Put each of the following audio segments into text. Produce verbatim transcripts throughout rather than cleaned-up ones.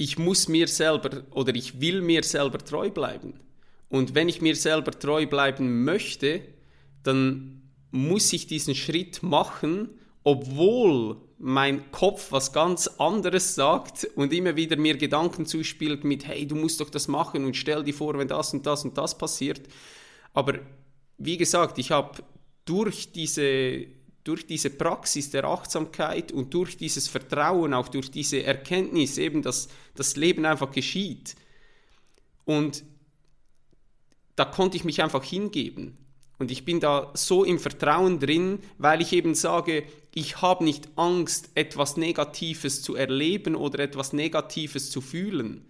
ich muss mir selber oder ich will mir selber treu bleiben. Und wenn ich mir selber treu bleiben möchte, dann muss ich diesen Schritt machen, obwohl mein Kopf was ganz anderes sagt und immer wieder mir Gedanken zuspielt mit, hey, du musst doch das machen und stell dir vor, wenn das und das und das passiert. Aber wie gesagt, ich habe durch diese, durch diese Praxis der Achtsamkeit und durch dieses Vertrauen, auch durch diese Erkenntnis eben, dass das Leben einfach geschieht. Und da konnte ich mich einfach hingeben. Und ich bin da so im Vertrauen drin, weil ich eben sage, ich habe nicht Angst, etwas Negatives zu erleben oder etwas Negatives zu fühlen.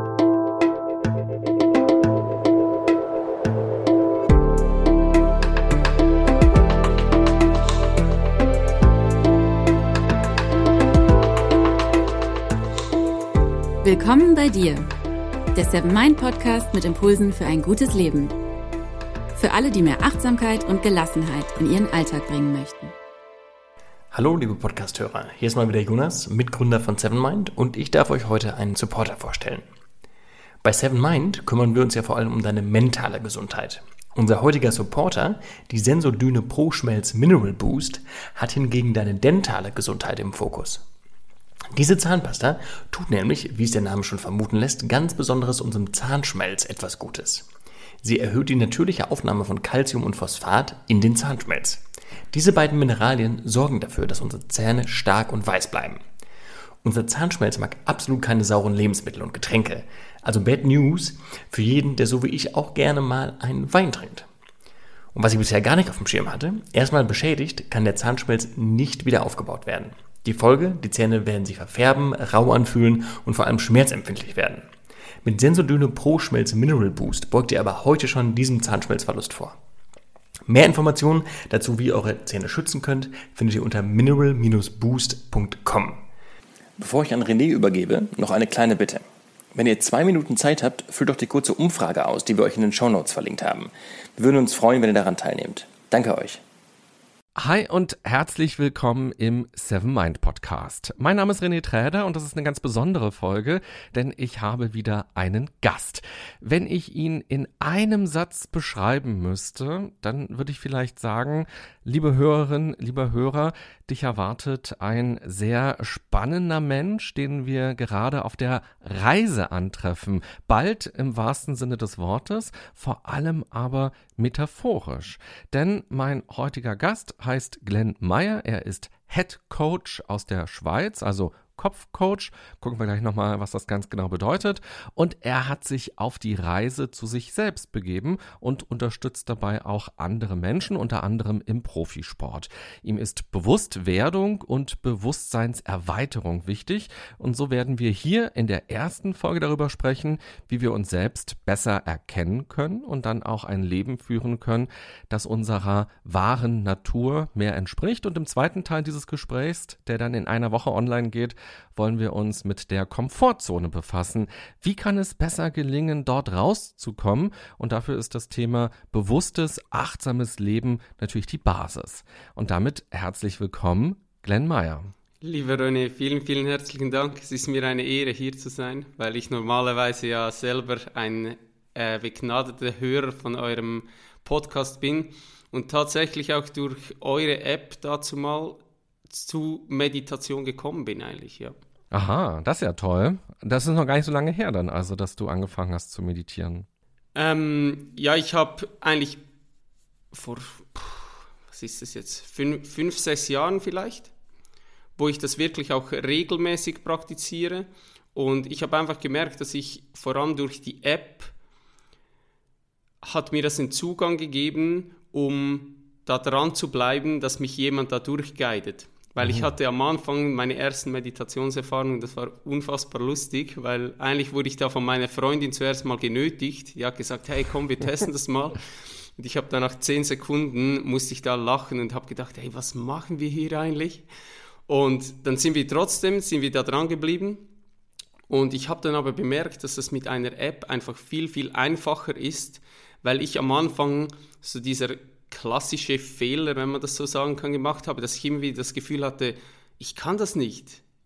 Willkommen bei dir, der Seven Mind Podcast mit Impulsen für ein gutes Leben. Für alle, die mehr Achtsamkeit und Gelassenheit in ihren Alltag bringen möchten. Hallo liebe Podcast-Hörer, hier ist mal wieder Jonas, Mitgründer von Seven Mind, und ich darf euch heute einen Supporter vorstellen. Bei Seven Mind kümmern wir uns ja vor allem um deine mentale Gesundheit. Unser heutiger Supporter, die Sensodyne Pro Schmelz Mineral Boost, hat hingegen deine dentale Gesundheit im Fokus. Diese Zahnpasta tut nämlich, wie es der Name schon vermuten lässt, ganz besonderes unserem Zahnschmelz etwas Gutes. Sie erhöht die natürliche Aufnahme von Calcium und Phosphat in den Zahnschmelz. Diese beiden Mineralien sorgen dafür, dass unsere Zähne stark und weiß bleiben. Unser Zahnschmelz mag absolut keine sauren Lebensmittel und Getränke. Also Bad News für jeden, der so wie ich auch gerne mal einen Wein trinkt. Und was ich bisher gar nicht auf dem Schirm hatte, erstmal beschädigt, kann der Zahnschmelz nicht wieder aufgebaut werden. Die Folge, die Zähne werden sich verfärben, rau anfühlen und vor allem schmerzempfindlich werden. Mit Sensodyne Pro Schmelz Mineral Boost beugt ihr aber heute schon diesem Zahnschmelzverlust vor. Mehr Informationen dazu, wie ihr eure Zähne schützen könnt, findet ihr unter mineral boost punkt com. Bevor ich an René übergebe, noch eine kleine Bitte. Wenn ihr zwei Minuten Zeit habt, füllt doch die kurze Umfrage aus, die wir euch in den Shownotes verlinkt haben. Wir würden uns freuen, wenn ihr daran teilnehmt. Danke euch. Hi und herzlich willkommen im Seven Mind Podcast. Mein Name ist René Träder und das ist eine ganz besondere Folge, denn ich habe wieder einen Gast. Wenn ich ihn in einem Satz beschreiben müsste, dann würde ich vielleicht sagen, liebe Hörerin, lieber Hörer, dich erwartet ein sehr spannender Mensch, den wir gerade auf der Reise antreffen. Bald im wahrsten Sinne des Wortes, vor allem aber metaphorisch. Denn mein heutiger Gast heißt Glenn Meyer. Er ist Head Coach aus der Schweiz, also Kopfcoach. Gucken wir gleich nochmal, was das ganz genau bedeutet. Und er hat sich auf die Reise zu sich selbst begeben und unterstützt dabei auch andere Menschen, unter anderem im Profisport. Ihm ist Bewusstwerdung und Bewusstseinserweiterung wichtig. Und so werden wir hier in der ersten Folge darüber sprechen, wie wir uns selbst besser erkennen können und dann auch ein Leben führen können, das unserer wahren Natur mehr entspricht. Und im zweiten Teil dieses Gesprächs, der dann in einer Woche online geht, wollen wir uns mit der Komfortzone befassen. Wie kann es besser gelingen, dort rauszukommen? Und dafür ist das Thema bewusstes, achtsames Leben natürlich die Basis. Und damit herzlich willkommen, Glenn Meyer. Lieber René, vielen, vielen herzlichen Dank. Es ist mir eine Ehre, hier zu sein, weil ich normalerweise ja selber ein äh, begnadeter Hörer von eurem Podcast bin und tatsächlich auch durch eure App dazu mal zu Meditation gekommen bin eigentlich, ja. Aha, das ist ja toll. Das ist noch gar nicht so lange her dann, also, dass du angefangen hast zu meditieren. Ähm, ja, ich habe eigentlich vor, was ist das jetzt, fünf, fünf, sechs Jahren vielleicht, wo ich das wirklich auch regelmäßig praktiziere. Und ich habe einfach gemerkt, dass ich vor allem durch die App hat mir das einen Zugang gegeben, um da dran zu bleiben, dass mich jemand da durchguidet. Weil ich hatte am Anfang meine ersten Meditationserfahrungen, das war unfassbar lustig, weil eigentlich wurde ich da von meiner Freundin zuerst mal genötigt. Die hat gesagt, hey komm, wir testen das mal. Und ich habe dann nach zehn Sekunden, musste ich da lachen und habe gedacht, hey, was machen wir hier eigentlich? Und dann sind wir trotzdem, sind wir da dran geblieben. Und ich habe dann aber bemerkt, dass das mit einer App einfach viel, viel einfacher ist, weil ich am Anfang so dieser klassische Fehler, wenn man das so sagen kann, gemacht habe, dass ich immer wieder das Gefühl hatte, ich kann das nicht.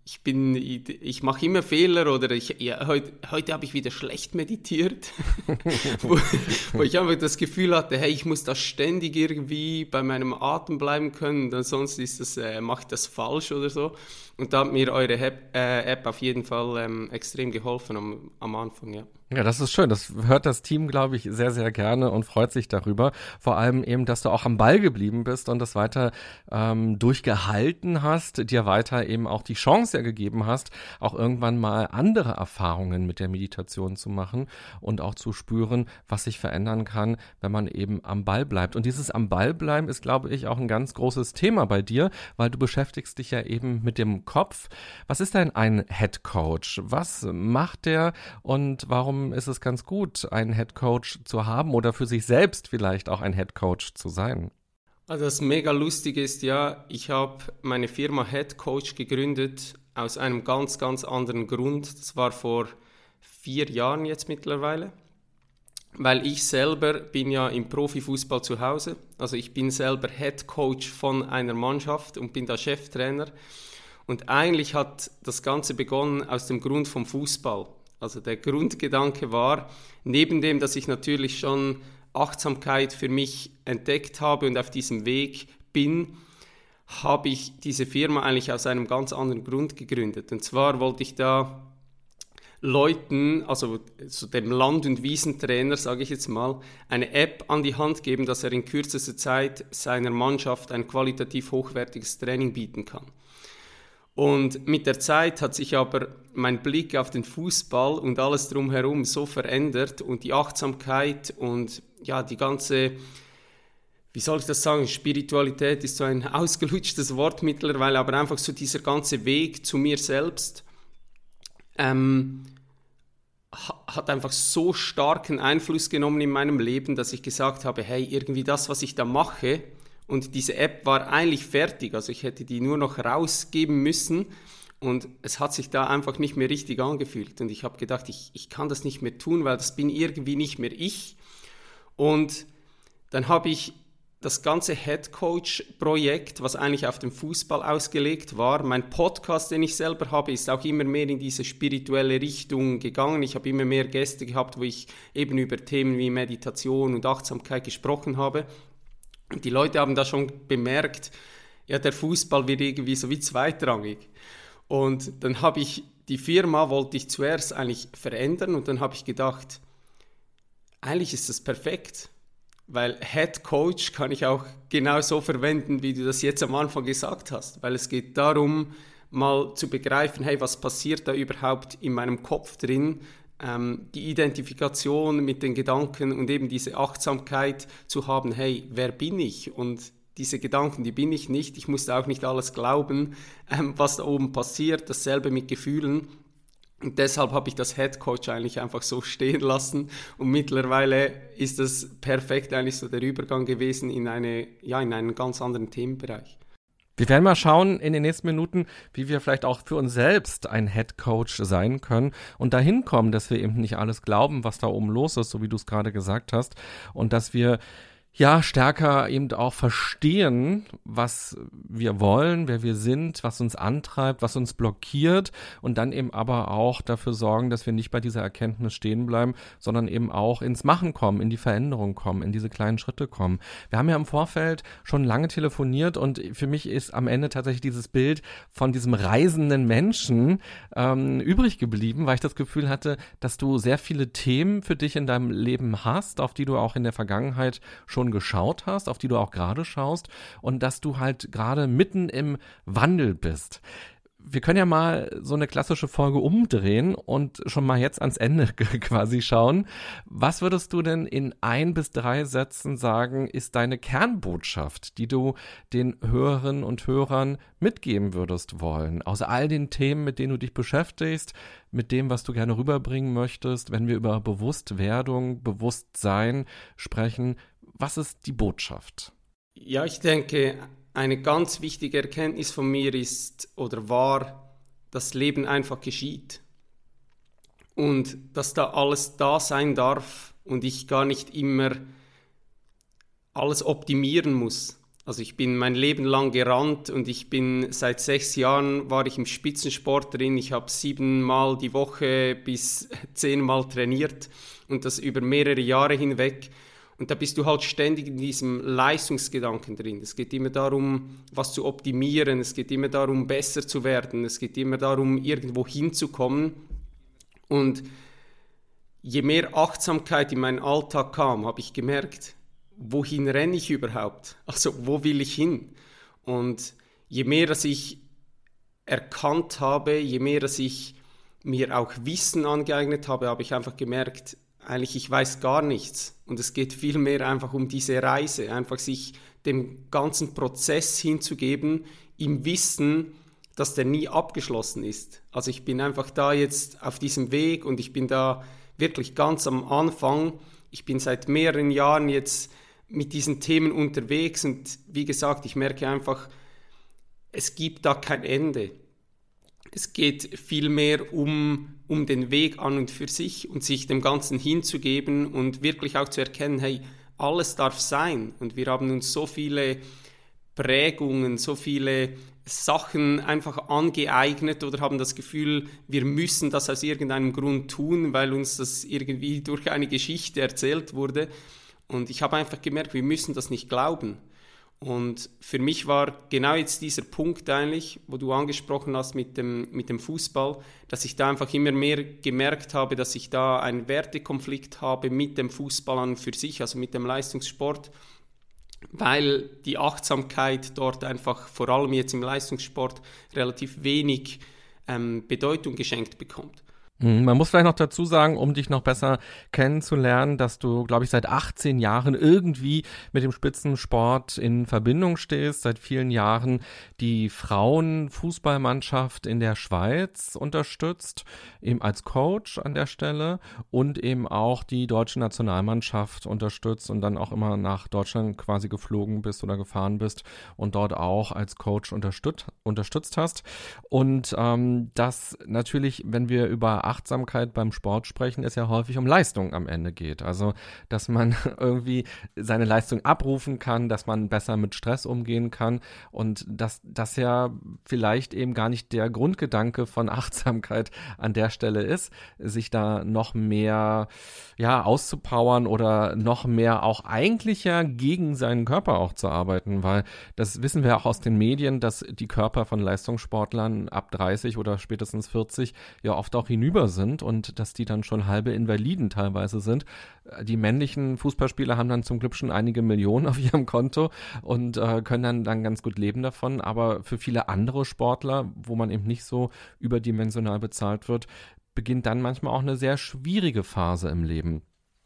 ich bin, ich mache immer Fehler oder ich, ja, heute, heute habe ich wieder schlecht meditiert, wo, wo ich einfach das Gefühl hatte, hey, ich muss da ständig irgendwie bei meinem Atem bleiben können, denn sonst ist das, äh, mache ich das falsch oder so. Und da hat mir eure App, äh, App auf jeden Fall ähm, extrem geholfen am, am Anfang, ja. Ja, das ist schön. Das hört das Team, glaube ich, sehr, sehr gerne und freut sich darüber. Vor allem eben, dass du auch am Ball geblieben bist und das weiter ähm, durchgehalten hast, dir weiter eben auch die Chance ja gegeben hast, auch irgendwann mal andere Erfahrungen mit der Meditation zu machen und auch zu spüren, was sich verändern kann, wenn man eben am Ball bleibt. Und dieses am Ball bleiben ist, glaube ich, auch ein ganz großes Thema bei dir, weil du beschäftigst dich ja eben mit dem Kopf. Was ist denn ein Head Coach? Was macht der und warum ist es ganz gut, einen Head Coach zu haben oder für sich selbst vielleicht auch ein Head Coach zu sein? Also das mega Lustige ist ja, ich habe meine Firma Head Coach gegründet aus einem ganz, ganz anderen Grund. Das war vor vier Jahren jetzt mittlerweile, weil ich selber bin ja im Profifußball zu Hause. Also ich bin selber Head Coach von einer Mannschaft und bin da Cheftrainer. Und eigentlich hat das Ganze begonnen aus dem Grund vom Fußball. Also der Grundgedanke war, neben dem, dass ich natürlich schon Achtsamkeit für mich entdeckt habe und auf diesem Weg bin, habe ich diese Firma eigentlich aus einem ganz anderen Grund gegründet. Und zwar wollte ich da Leuten, also so dem Land- und Wiesentrainer, sage ich jetzt mal, eine App an die Hand geben, dass er in kürzester Zeit seiner Mannschaft ein qualitativ hochwertiges Training bieten kann. Und mit der Zeit hat sich aber mein Blick auf den Fußball und alles drumherum so verändert und die Achtsamkeit und ja, die ganze, wie soll ich das sagen, Spiritualität ist so ein ausgelutschtes Wort mittlerweile, aber einfach so dieser ganze Weg zu mir selbst ähm, hat einfach so starken Einfluss genommen in meinem Leben, dass ich gesagt habe, hey, irgendwie das, was ich da mache, und diese App war eigentlich fertig, also ich hätte die nur noch rausgeben müssen und es hat sich da einfach nicht mehr richtig angefühlt. Und ich habe gedacht, ich, ich kann das nicht mehr tun, weil das bin irgendwie nicht mehr ich. Und dann habe ich das ganze Head Coach Projekt, was eigentlich auf den Fußball ausgelegt war, mein Podcast, den ich selber habe, ist auch immer mehr in diese spirituelle Richtung gegangen. Ich habe immer mehr Gäste gehabt, wo ich eben über Themen wie Meditation und Achtsamkeit gesprochen habe. Und die Leute haben da schon bemerkt, ja, der Fußball wird irgendwie so wie zweitrangig. Und dann habe ich, die Firma wollte ich zuerst eigentlich verändern und dann habe ich gedacht, eigentlich ist das perfekt, weil Head Coach kann ich auch genau so verwenden, wie du das jetzt am Anfang gesagt hast, weil es geht darum, mal zu begreifen, hey, was passiert da überhaupt in meinem Kopf drin, Ähm, die Identifikation mit den Gedanken und eben diese Achtsamkeit zu haben, hey, wer bin ich? Und diese Gedanken, die bin ich nicht. Ich musste auch nicht alles glauben, ähm, was da oben passiert, dasselbe mit Gefühlen. Und deshalb habe ich das Head Coach eigentlich einfach so stehen lassen und mittlerweile ist das perfekt eigentlich so der Übergang gewesen in, eine, ja, in einen ganz anderen Themenbereich. Wir werden mal schauen in den nächsten Minuten, wie wir vielleicht auch für uns selbst ein Head Coach sein können und dahin kommen, dass wir eben nicht alles glauben, was da oben los ist, so wie du es gerade gesagt hast, und dass wir ja stärker eben auch verstehen, was wir wollen, wer wir sind, was uns antreibt, was uns blockiert und dann eben aber auch dafür sorgen, dass wir nicht bei dieser Erkenntnis stehen bleiben, sondern eben auch ins Machen kommen, in die Veränderung kommen, in diese kleinen Schritte kommen. Wir haben ja im Vorfeld schon lange telefoniert und für mich ist am Ende tatsächlich dieses Bild von diesem reisenden Menschen ähm, übrig geblieben, weil ich das Gefühl hatte, dass du sehr viele Themen für dich in deinem Leben hast, auf die du auch in der Vergangenheit schon geschaut hast, auf die du auch gerade schaust und dass du halt gerade mitten im Wandel bist. Wir können ja mal so eine klassische Folge umdrehen und schon mal jetzt ans Ende quasi schauen. Was würdest du denn in ein bis drei Sätzen sagen, ist deine Kernbotschaft, die du den Hörerinnen und Hörern mitgeben würdest wollen? Aus all den Themen, mit denen du dich beschäftigst, mit dem, was du gerne rüberbringen möchtest, wenn wir über Bewusstwerdung, Bewusstsein sprechen, was ist die Botschaft? Ja, ich denke, eine ganz wichtige Erkenntnis von mir ist oder war, dass Leben einfach geschieht und dass da alles da sein darf und ich gar nicht immer alles optimieren muss, Also ich bin mein Leben lang gerannt und ich bin seit sechs Jahren war ich im Spitzensport drin. Ich habe siebenmal die Woche bis zehnmal trainiert und das über mehrere Jahre hinweg. Und da bist du halt ständig in diesem Leistungsgedanken drin. Es geht immer darum, was zu optimieren. Es geht immer darum, besser zu werden. Es geht immer darum, irgendwo hinzukommen. Und je mehr Achtsamkeit in meinen Alltag kam, habe ich gemerkt, wohin renne ich überhaupt? Also wo will ich hin? Und je mehr, dass ich erkannt habe, je mehr, dass ich mir auch Wissen angeeignet habe, habe ich einfach gemerkt, eigentlich ich weiß gar nichts. Und es geht vielmehr einfach um diese Reise, einfach sich dem ganzen Prozess hinzugeben, im Wissen, dass der nie abgeschlossen ist. Also ich bin einfach da jetzt auf diesem Weg und ich bin da wirklich ganz am Anfang. Ich bin seit mehreren Jahren jetzt mit diesen Themen unterwegs und wie gesagt, ich merke einfach, es gibt da kein Ende. Es geht vielmehr um, um den Weg an und für sich und sich dem Ganzen hinzugeben und wirklich auch zu erkennen, hey, alles darf sein. Und wir haben uns so viele Prägungen, so viele Sachen einfach angeeignet oder haben das Gefühl, wir müssen das aus irgendeinem Grund tun, weil uns das irgendwie durch eine Geschichte erzählt wurde. Und ich habe einfach gemerkt, wir müssen das nicht glauben. Und für mich war genau jetzt dieser Punkt eigentlich, wo du angesprochen hast mit dem, mit dem Fußball, dass ich da einfach immer mehr gemerkt habe, dass ich da einen Wertekonflikt habe mit dem Fußball an und für sich, also mit dem Leistungssport, weil die Achtsamkeit dort einfach, vor allem jetzt im Leistungssport, relativ wenig ähm, Bedeutung geschenkt bekommt. Man muss vielleicht noch dazu sagen, um dich noch besser kennenzulernen, dass du, glaube ich, seit achtzehn Jahren irgendwie mit dem Spitzensport in Verbindung stehst, seit vielen Jahren die Frauenfußballmannschaft in der Schweiz unterstützt, eben als Coach an der Stelle und eben auch die deutsche Nationalmannschaft unterstützt und dann auch immer nach Deutschland quasi geflogen bist oder gefahren bist und dort auch als Coach unterstützt, unterstützt hast. Und ähm, das natürlich, wenn wir über Achtsamkeit beim Sport sprechen, es ja häufig um Leistung am Ende geht. Also, dass man irgendwie seine Leistung abrufen kann, dass man besser mit Stress umgehen kann und dass das ja vielleicht eben gar nicht der Grundgedanke von Achtsamkeit an der Stelle ist, sich da noch mehr ja auszupowern oder noch mehr auch eigentlich ja gegen seinen Körper auch zu arbeiten, weil das wissen wir auch aus den Medien, dass die Körper von Leistungssportlern ab dreißig oder spätestens vierzig ja oft auch hinüber sind und dass die dann schon halbe Invaliden teilweise sind. Die männlichen Fußballspieler haben dann zum Glück schon einige Millionen auf ihrem Konto und äh, können dann, dann ganz gut leben davon, aber für viele andere Sportler, wo man eben nicht so überdimensional bezahlt wird, beginnt dann manchmal auch eine sehr schwierige Phase im Leben.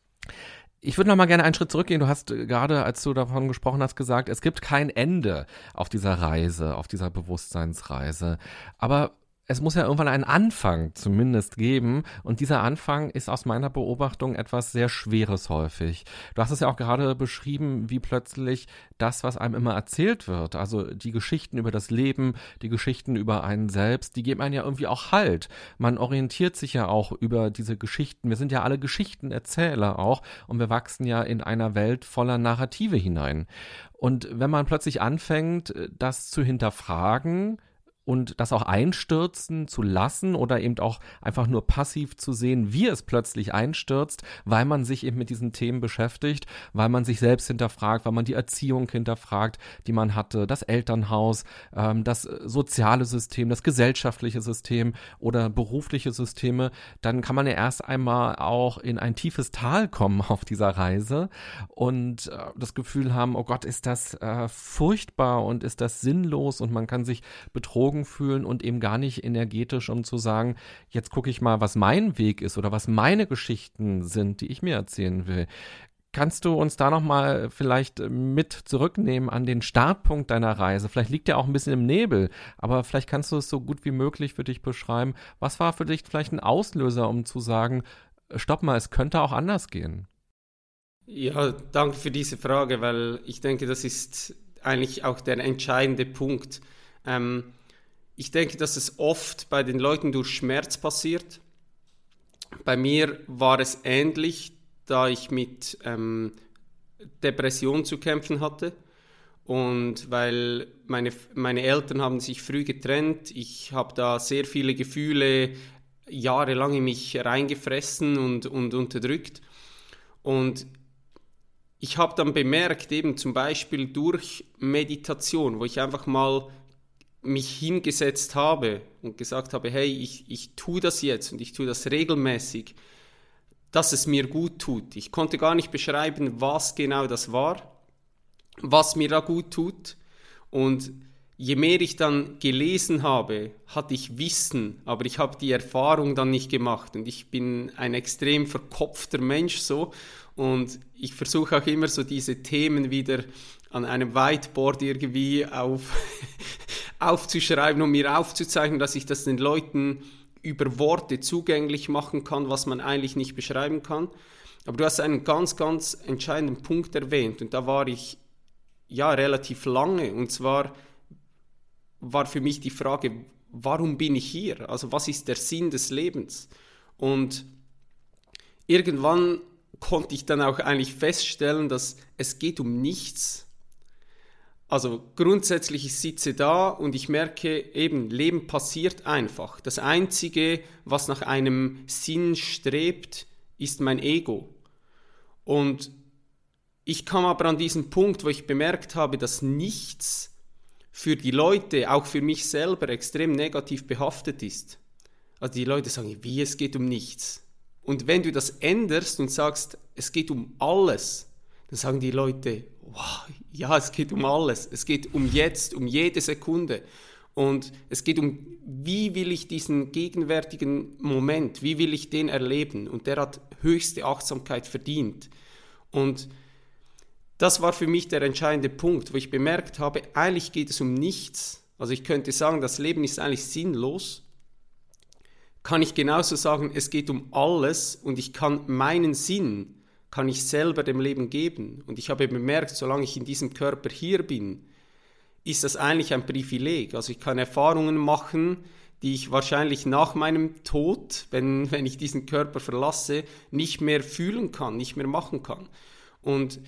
Ich würde noch mal gerne einen Schritt zurückgehen. Du hast gerade, als du davon gesprochen hast, gesagt, es gibt kein Ende auf dieser Reise, auf dieser Bewusstseinsreise. Aber es muss ja irgendwann einen Anfang zumindest geben und dieser Anfang ist aus meiner Beobachtung etwas sehr Schweres häufig. Du hast es ja auch gerade beschrieben, wie plötzlich das, was einem immer erzählt wird, also die Geschichten über das Leben, die Geschichten über einen selbst, die geben einem ja irgendwie auch Halt. Man orientiert sich ja auch über diese Geschichten. Wir sind ja alle Geschichtenerzähler auch und wir wachsen ja in einer Welt voller Narrative hinein. Und wenn man plötzlich anfängt, das zu hinterfragen, und das auch einstürzen zu lassen oder eben auch einfach nur passiv zu sehen, wie es plötzlich einstürzt, weil man sich eben mit diesen Themen beschäftigt, weil man sich selbst hinterfragt, weil man die Erziehung hinterfragt, die man hatte, das Elternhaus, ähm, das soziale System, das gesellschaftliche System oder berufliche Systeme, dann kann man ja erst einmal auch in ein tiefes Tal kommen auf dieser Reise und äh, das Gefühl haben, oh Gott, ist das äh, furchtbar und ist das sinnlos und man kann sich betrogen fühlen und eben gar nicht energetisch, um zu sagen, jetzt gucke ich mal, was mein Weg ist oder was meine Geschichten sind, die ich mir erzählen will. Kannst du uns da nochmal vielleicht mit zurücknehmen an den Startpunkt deiner Reise? Vielleicht liegt der auch ein bisschen im Nebel, aber vielleicht kannst du es so gut wie möglich für dich beschreiben. Was war für dich vielleicht ein Auslöser, um zu sagen, stopp mal, es könnte auch anders gehen? Ja, danke für diese Frage, weil ich denke, das ist eigentlich auch der entscheidende Punkt. Ähm, Ich denke, dass es oft bei den Leuten durch Schmerz passiert. Bei mir war es ähnlich, da ich mit ähm, Depression zu kämpfen hatte. Und weil meine, meine Eltern haben sich früh getrennt, ich habe da sehr viele Gefühle jahrelang in mich reingefressen und, und unterdrückt. Und ich habe dann bemerkt, eben zum Beispiel durch Meditation, wo ich einfach mal mich hingesetzt habe und gesagt habe, hey, ich, ich tue das jetzt und ich tue das regelmäßig, dass es mir gut tut. Ich konnte gar nicht beschreiben, was genau das war, was mir da gut tut. Und je mehr ich dann gelesen habe, hatte ich Wissen, aber ich habe die Erfahrung dann nicht gemacht. Und ich bin ein extrem verkopfter Mensch so. Und ich versuche auch immer so diese Themen wieder an einem Whiteboard irgendwie auf, aufzuschreiben und mir aufzuzeichnen, dass ich das den Leuten über Worte zugänglich machen kann, was man eigentlich nicht beschreiben kann. Aber du hast einen ganz, ganz entscheidenden Punkt erwähnt und da war ich ja relativ lange. Und zwar war für mich die Frage, warum bin ich hier? Also was ist der Sinn des Lebens? Und irgendwann konnte ich dann auch eigentlich feststellen, dass es geht um nichts. Also grundsätzlich, ich sitze da und ich merke eben, Leben passiert einfach. Das Einzige, was nach einem Sinn strebt, ist mein Ego. Und ich kam aber an diesen Punkt, wo ich bemerkt habe, dass nichts für die Leute, auch für mich selber, extrem negativ behaftet ist. Also die Leute sagen, wie, es geht um nichts. Und wenn du das änderst und sagst, es geht um alles, dann sagen die Leute, wow, ja, es geht um alles. Es geht um jetzt, um jede Sekunde. Und es geht um, wie will ich diesen gegenwärtigen Moment, wie will ich den erleben? Und der hat höchste Achtsamkeit verdient. Und das war für mich der entscheidende Punkt, wo ich bemerkt habe, eigentlich geht es um nichts. Also ich könnte sagen, das Leben ist eigentlich sinnlos. Kann ich genauso sagen, es geht um alles und ich kann meinen Sinn, kann ich selber dem Leben geben. Und ich habe bemerkt, solange ich in diesem Körper hier bin, ist das eigentlich ein Privileg. Also ich kann Erfahrungen machen, die ich wahrscheinlich nach meinem Tod, wenn, wenn ich diesen Körper verlasse, nicht mehr fühlen kann, nicht mehr machen kann. Und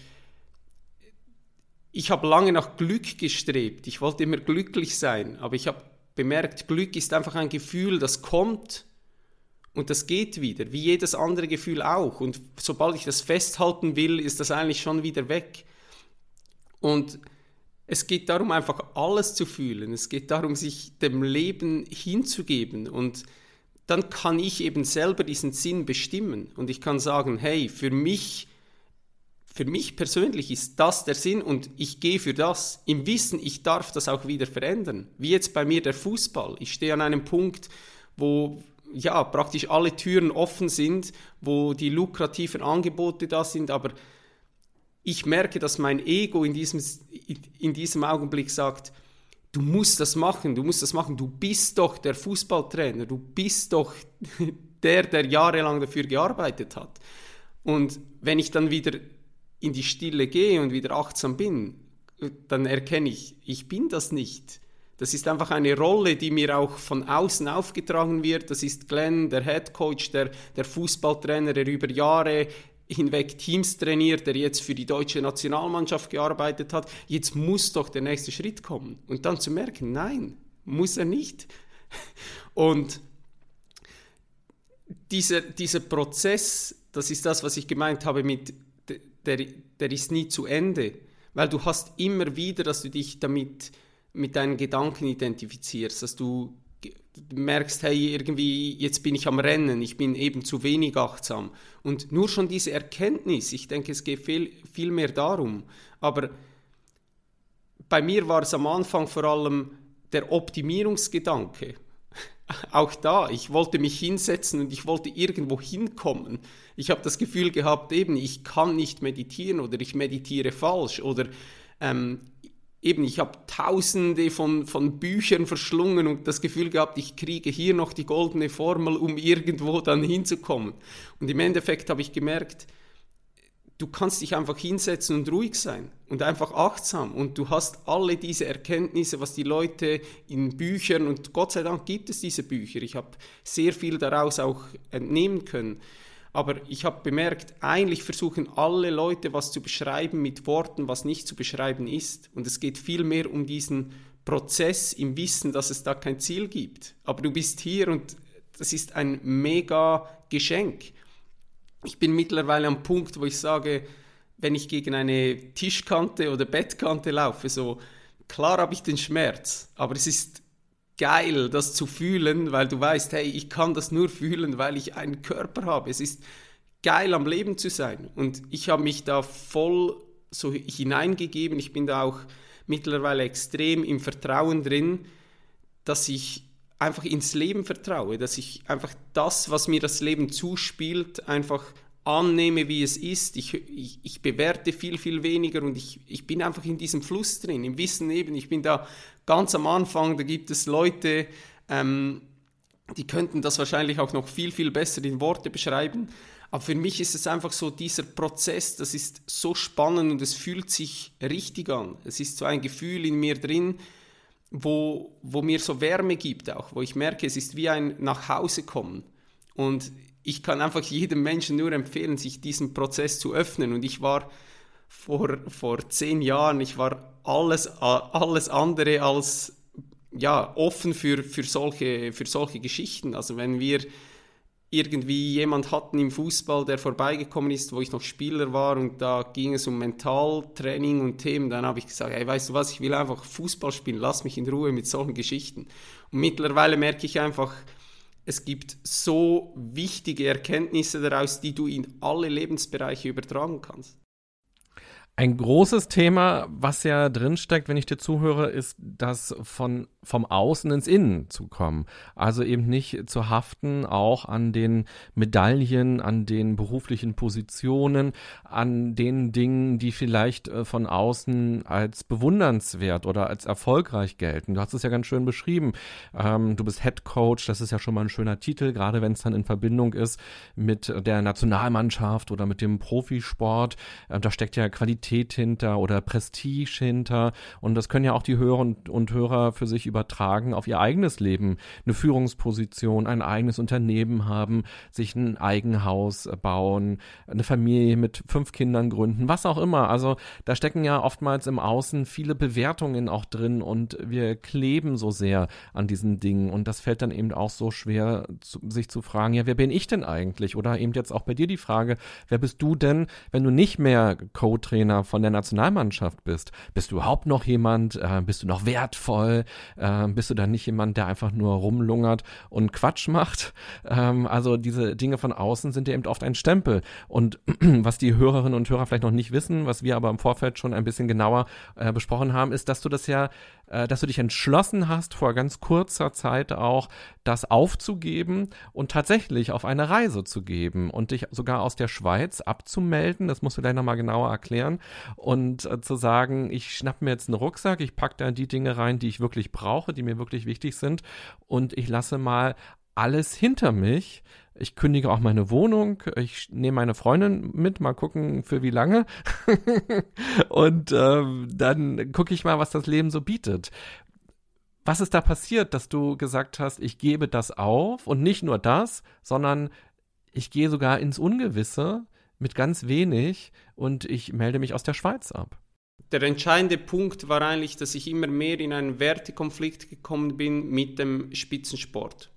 ich habe lange nach Glück gestrebt. Ich wollte immer glücklich sein, aber ich habe bemerkt, Glück ist einfach ein Gefühl, das kommt und das geht wieder, wie jedes andere Gefühl auch. Und sobald ich das festhalten will, ist das eigentlich schon wieder weg. Und es geht darum, einfach alles zu fühlen. Es geht darum, sich dem Leben hinzugeben. Und dann kann ich eben selber diesen Sinn bestimmen. Und ich kann sagen, hey, für mich Für mich persönlich ist das der Sinn und ich gehe für das, im Wissen, ich darf das auch wieder verändern. Wie jetzt bei mir der Fußball. Ich stehe an einem Punkt, wo ja, praktisch alle Türen offen sind, wo die lukrativen Angebote da sind, aber ich merke, dass mein Ego in diesem, in diesem Augenblick sagt, du musst das machen, du musst das machen, du bist doch der Fußballtrainer, du bist doch der, der jahrelang dafür gearbeitet hat. Und wenn ich dann wieder in die Stille gehe und wieder achtsam bin, dann erkenne ich, ich bin das nicht. Das ist einfach eine Rolle, die mir auch von außen aufgetragen wird. Das ist Glenn, der Head Coach, der, der Fußballtrainer, der über Jahre hinweg Teams trainiert, der jetzt für die deutsche Nationalmannschaft gearbeitet hat. Jetzt muss doch der nächste Schritt kommen. Und dann zu merken, nein, muss er nicht. Und dieser, dieser Prozess, das ist das, was ich gemeint habe mit Der, der ist nie zu Ende, weil du hast immer wieder, dass du dich damit mit deinen Gedanken identifizierst, dass du merkst, hey, irgendwie, jetzt bin ich am Rennen, ich bin eben zu wenig achtsam. Und nur schon diese Erkenntnis, ich denke, es geht viel, viel mehr darum, aber bei mir war es am Anfang vor allem der Optimierungsgedanke. Auch da, ich wollte mich hinsetzen und ich wollte irgendwo hinkommen. Ich habe das Gefühl gehabt, eben, ich kann nicht meditieren oder ich meditiere falsch oder ähm, eben, ich habe tausende von, von Büchern verschlungen und das Gefühl gehabt, ich kriege hier noch die goldene Formel, um irgendwo dann hinzukommen. Und im Endeffekt habe ich gemerkt, du kannst dich einfach hinsetzen und ruhig sein und einfach achtsam und du hast alle diese Erkenntnisse, was die Leute in Büchern, und Gott sei Dank gibt es diese Bücher, ich habe sehr viel daraus auch entnehmen können, Aber ich habe bemerkt, eigentlich versuchen alle Leute, was zu beschreiben mit Worten, was nicht zu beschreiben ist. Und es geht viel mehr um diesen Prozess im Wissen, dass es da kein Ziel gibt. Aber du bist hier und das ist ein mega Geschenk. Ich bin mittlerweile am Punkt, wo ich sage, wenn ich gegen eine Tischkante oder Bettkante laufe, so klar habe ich den Schmerz, aber es ist geil, das zu fühlen, weil du weißt, hey, ich kann das nur fühlen, weil ich einen Körper habe. Es ist geil, am Leben zu sein. Und ich habe mich da voll so hineingegeben. Ich bin da auch mittlerweile extrem im Vertrauen drin, dass ich einfach ins Leben vertraue, dass ich einfach das, was mir das Leben zuspielt, einfach annehme, wie es ist. Ich, ich, ich bewerte viel, viel weniger und ich, ich bin einfach in diesem Fluss drin, im Wissen eben. Ich bin da ganz am Anfang, da gibt es Leute, ähm, die könnten das wahrscheinlich auch noch viel, viel besser in Worte beschreiben. Aber für mich ist es einfach so, dieser Prozess, das ist so spannend und es fühlt sich richtig an. Es ist so ein Gefühl in mir drin, wo, wo mir so Wärme gibt auch, wo ich merke, es ist wie ein Nachhausekommen. Und ich kann einfach jedem Menschen nur empfehlen, sich diesem Prozess zu öffnen. Und ich war vor, vor zehn Jahren, ich war alles, alles andere als ja, offen für, für, solche, für solche Geschichten. Also wenn wir irgendwie jemand hatten im Fußball, der vorbeigekommen ist, wo ich noch Spieler war und da ging es um Mentaltraining und Themen, dann habe ich gesagt, hey, weißt du was, ich will einfach Fußball spielen, lass mich in Ruhe mit solchen Geschichten. Und mittlerweile merke ich einfach, es gibt so wichtige Erkenntnisse daraus, die du in alle Lebensbereiche übertragen kannst. Ein großes Thema, was ja drinsteckt, wenn ich dir zuhöre, ist das von vom Außen ins Innen zu kommen. Also eben nicht zu haften, auch an den Medaillen, an den beruflichen Positionen, an den Dingen, die vielleicht von außen als bewundernswert oder als erfolgreich gelten. Du hast es ja ganz schön beschrieben. Ähm, du bist Head Coach, das ist ja schon mal ein schöner Titel, gerade wenn es dann in Verbindung ist mit der Nationalmannschaft oder mit dem Profisport. Äh, da steckt ja Qualität hinter oder Prestige hinter und das können ja auch die Hörer und, und Hörer für sich übertragen auf ihr eigenes Leben. Eine Führungsposition, ein eigenes Unternehmen haben, sich ein Eigenhaus bauen, eine Familie mit fünf Kindern gründen, was auch immer. Also da stecken ja oftmals im Außen viele Bewertungen auch drin und wir kleben so sehr an diesen Dingen und das fällt dann eben auch so schwer, zu, sich zu fragen, ja, wer bin ich denn eigentlich? Oder eben jetzt auch bei dir die Frage, wer bist du denn, wenn du nicht mehr Co-Trainer von der Nationalmannschaft bist? Bist du überhaupt noch jemand? Äh, bist du noch wertvoll? Äh, bist du dann nicht jemand, der einfach nur rumlungert und Quatsch macht? Ähm, also diese Dinge von außen sind ja eben oft ein Stempel. Und was die Hörerinnen und Hörer vielleicht noch nicht wissen, was wir aber im Vorfeld schon ein bisschen genauer äh, besprochen haben, ist, dass du das ja, äh, dass du dich entschlossen hast, vor ganz kurzer Zeit auch das aufzugeben und tatsächlich auf eine Reise zu geben und dich sogar aus der Schweiz abzumelden. Das musst du gleich nochmal genauer erklären. Und äh, zu sagen, ich schnapp mir jetzt einen Rucksack, ich packe da die Dinge rein, die ich wirklich brauche, die mir wirklich wichtig sind und ich lasse mal alles hinter mich. Ich kündige auch meine Wohnung, ich nehme meine Freundin mit, mal gucken, für wie lange. und ähm, dann gucke ich mal, was das Leben so bietet. Was ist da passiert, dass du gesagt hast, ich gebe das auf und nicht nur das, sondern ich gehe sogar ins Ungewisse mit ganz wenig und ich melde mich aus der Schweiz ab? Der entscheidende Punkt war eigentlich, dass ich immer mehr in einen Wertekonflikt gekommen bin mit dem Spitzensport,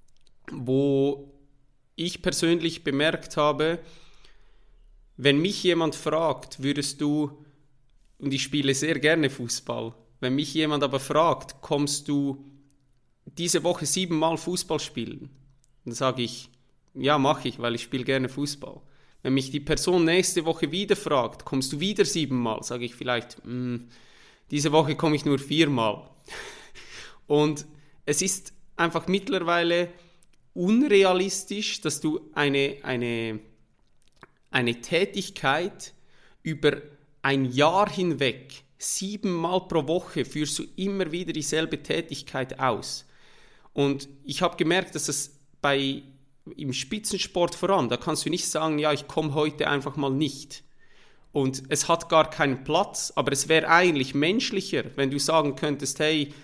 wo ich persönlich bemerkt habe, wenn mich jemand fragt, würdest du, und ich spiele sehr gerne Fußball, wenn mich jemand aber fragt, kommst du diese Woche siebenmal Fußball spielen? Dann sage ich, ja, mache ich, weil ich spiele gerne Fußball. Wenn mich die Person nächste Woche wieder fragt, kommst du wieder siebenmal? Sage ich vielleicht, diese Woche komme ich nur viermal. Und es ist einfach mittlerweile unrealistisch, dass du eine, eine, eine Tätigkeit über ein Jahr hinweg, siebenmal pro Woche, führst du immer wieder dieselbe Tätigkeit aus. Und ich habe gemerkt, dass es bei im Spitzensport voran, da kannst du nicht sagen, ja, ich komme heute einfach mal nicht. Und es hat gar keinen Platz, aber es wäre eigentlich menschlicher, wenn du sagen könntest, hey,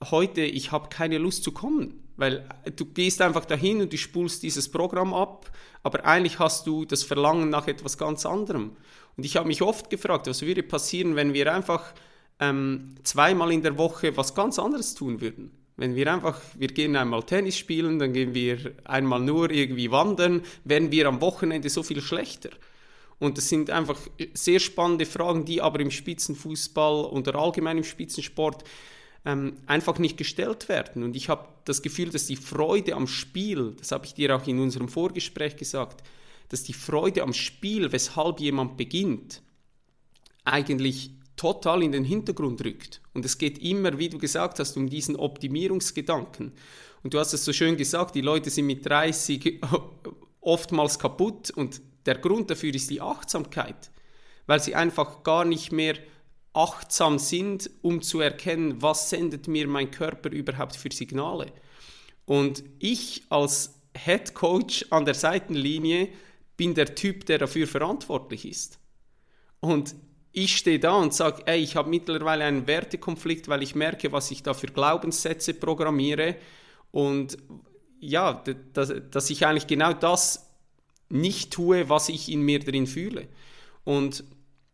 heute, ich habe keine Lust zu kommen, weil du gehst einfach dahin und du spulst dieses Programm ab, aber eigentlich hast du das Verlangen nach etwas ganz anderem. Und ich habe mich oft gefragt, was würde passieren, wenn wir einfach ähm, zweimal in der Woche was ganz anderes tun würden. Wenn wir einfach, wir gehen einmal Tennis spielen, dann gehen wir einmal nur irgendwie wandern, wären wir am Wochenende so viel schlechter. Und das sind einfach sehr spannende Fragen, die aber im Spitzenfußball oder allgemein im Spitzensport ähm, einfach nicht gestellt werden. Und ich habe das Gefühl, dass die Freude am Spiel, das habe ich dir auch in unserem Vorgespräch gesagt, dass die Freude am Spiel, weshalb jemand beginnt, eigentlich total in den Hintergrund rückt. Und es geht immer, wie du gesagt hast, um diesen Optimierungsgedanken. Und du hast es so schön gesagt, die Leute sind mit dreißig oftmals kaputt und der Grund dafür ist die Achtsamkeit, weil sie einfach gar nicht mehr achtsam sind, um zu erkennen, was sendet mir mein Körper überhaupt für Signale. Und ich als Head Coach an der Seitenlinie bin der Typ, der dafür verantwortlich ist. Und ich stehe da und sage, ey, ich habe mittlerweile einen Wertekonflikt, weil ich merke, was ich da für Glaubenssätze programmiere und ja, dass, dass ich eigentlich genau das nicht tue, was ich in mir drin fühle. Und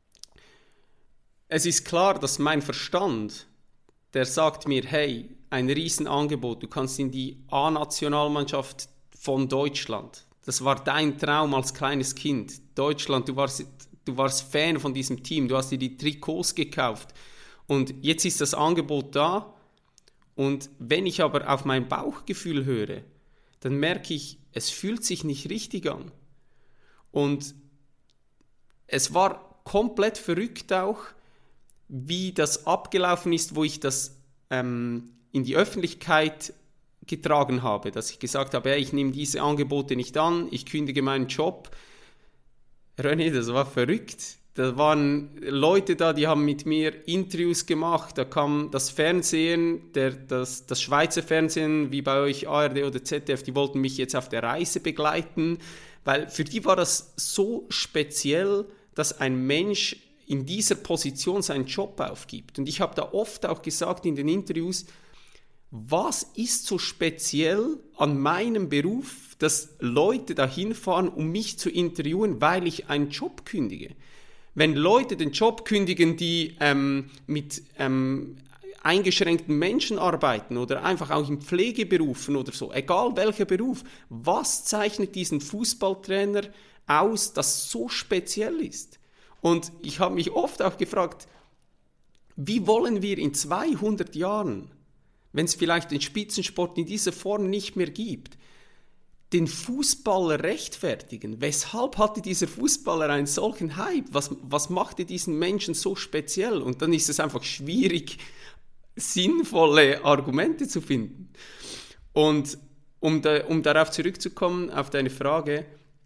es ist klar, dass mein Verstand, der sagt mir, hey, ein Riesenangebot, du kannst in die A-Nationalmannschaft von Deutschland. Das war dein Traum als kleines Kind. Deutschland, du warst... Du warst Fan von diesem Team, du hast dir die Trikots gekauft und jetzt ist das Angebot da und wenn ich aber auf mein Bauchgefühl höre, dann merke ich, es fühlt sich nicht richtig an. Und es war komplett verrückt auch, wie das abgelaufen ist, wo ich das ähm, in die Öffentlichkeit getragen habe, dass ich gesagt habe, hey, ich nehme diese Angebote nicht an, ich kündige meinen Job. René, das war verrückt. Da waren Leute da, die haben mit mir Interviews gemacht. Da kam das Fernsehen, der, das, das Schweizer Fernsehen, wie bei euch A R D oder Z D F, die wollten mich jetzt auf der Reise begleiten, weil für die war das so speziell, dass ein Mensch in dieser Position seinen Job aufgibt. Und ich habe da oft auch gesagt in den Interviews, was ist so speziell an meinem Beruf, dass Leute dahin fahren, um mich zu interviewen, weil ich einen Job kündige. Wenn Leute den Job kündigen, die ähm, mit ähm, eingeschränkten Menschen arbeiten oder einfach auch in Pflegeberufen oder so, egal welcher Beruf, was zeichnet diesen Fußballtrainer aus, das so speziell ist? Und ich habe mich oft auch gefragt, wie wollen wir in zweihundert Jahren, wenn es vielleicht den Spitzensport in dieser Form nicht mehr gibt, den Fußballer rechtfertigen? Weshalb hatte dieser Fußballer einen solchen Hype? Was, was machte diesen Menschen so speziell? Und dann ist es einfach schwierig, sinnvolle Argumente zu finden. Und um, da, um darauf zurückzukommen, auf deine Frage,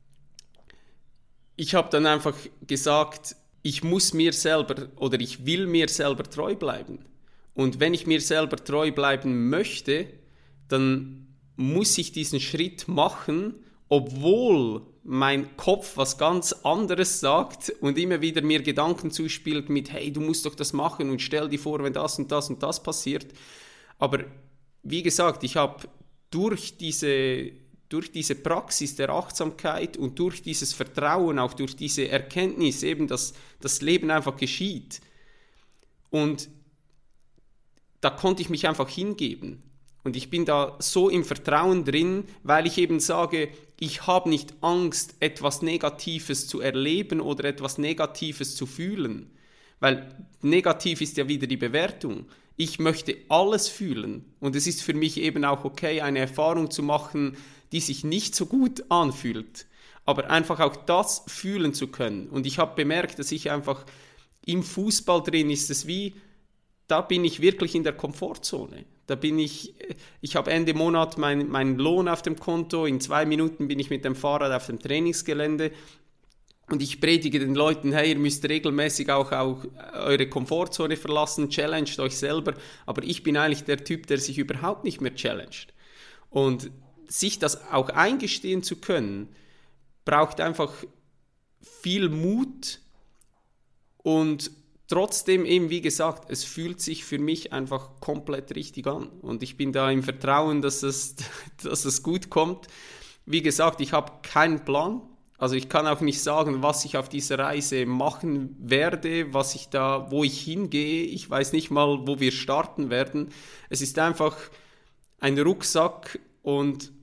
ich habe dann einfach gesagt, ich muss mir selber oder ich will mir selber treu bleiben. Und wenn ich mir selber treu bleiben möchte, dann muss ich diesen Schritt machen, obwohl mein Kopf was ganz anderes sagt und immer wieder mir Gedanken zuspielt mit, hey, du musst doch das machen und stell dir vor, wenn das und das und das passiert. Aber wie gesagt, ich habe durch diese, durch diese Praxis der Achtsamkeit und durch dieses Vertrauen, auch durch diese Erkenntnis eben, dass das Leben einfach geschieht. Und da konnte ich mich einfach hingeben. Und ich bin da so im Vertrauen drin, weil ich eben sage, ich habe nicht Angst, etwas Negatives zu erleben oder etwas Negatives zu fühlen. Weil negativ ist ja wieder die Bewertung. Ich möchte alles fühlen. Und es ist für mich eben auch okay, eine Erfahrung zu machen, die sich nicht so gut anfühlt. Aber einfach auch das fühlen zu können. Und ich habe bemerkt, dass ich einfach im Fußball drin ist es wie, da bin ich wirklich in der Komfortzone. Da bin ich, ich habe Ende Monat meinen mein Lohn auf dem Konto, in zwei Minuten bin ich mit dem Fahrrad auf dem Trainingsgelände und ich predige den Leuten, hey, ihr müsst regelmäßig auch, auch eure Komfortzone verlassen, challenged euch selber, aber ich bin eigentlich der Typ, der sich überhaupt nicht mehr challenged. Und sich das auch eingestehen zu können, braucht einfach viel Mut und trotzdem eben, wie gesagt, es fühlt sich für mich einfach komplett richtig an. Und ich bin da im Vertrauen, dass es, dass es gut kommt. Wie gesagt, ich habe keinen Plan. Also ich kann auch nicht sagen, was ich auf dieser Reise machen werde, was ich da, wo ich hingehe. Ich weiß nicht mal, wo wir starten werden. Es ist einfach ein Rucksack und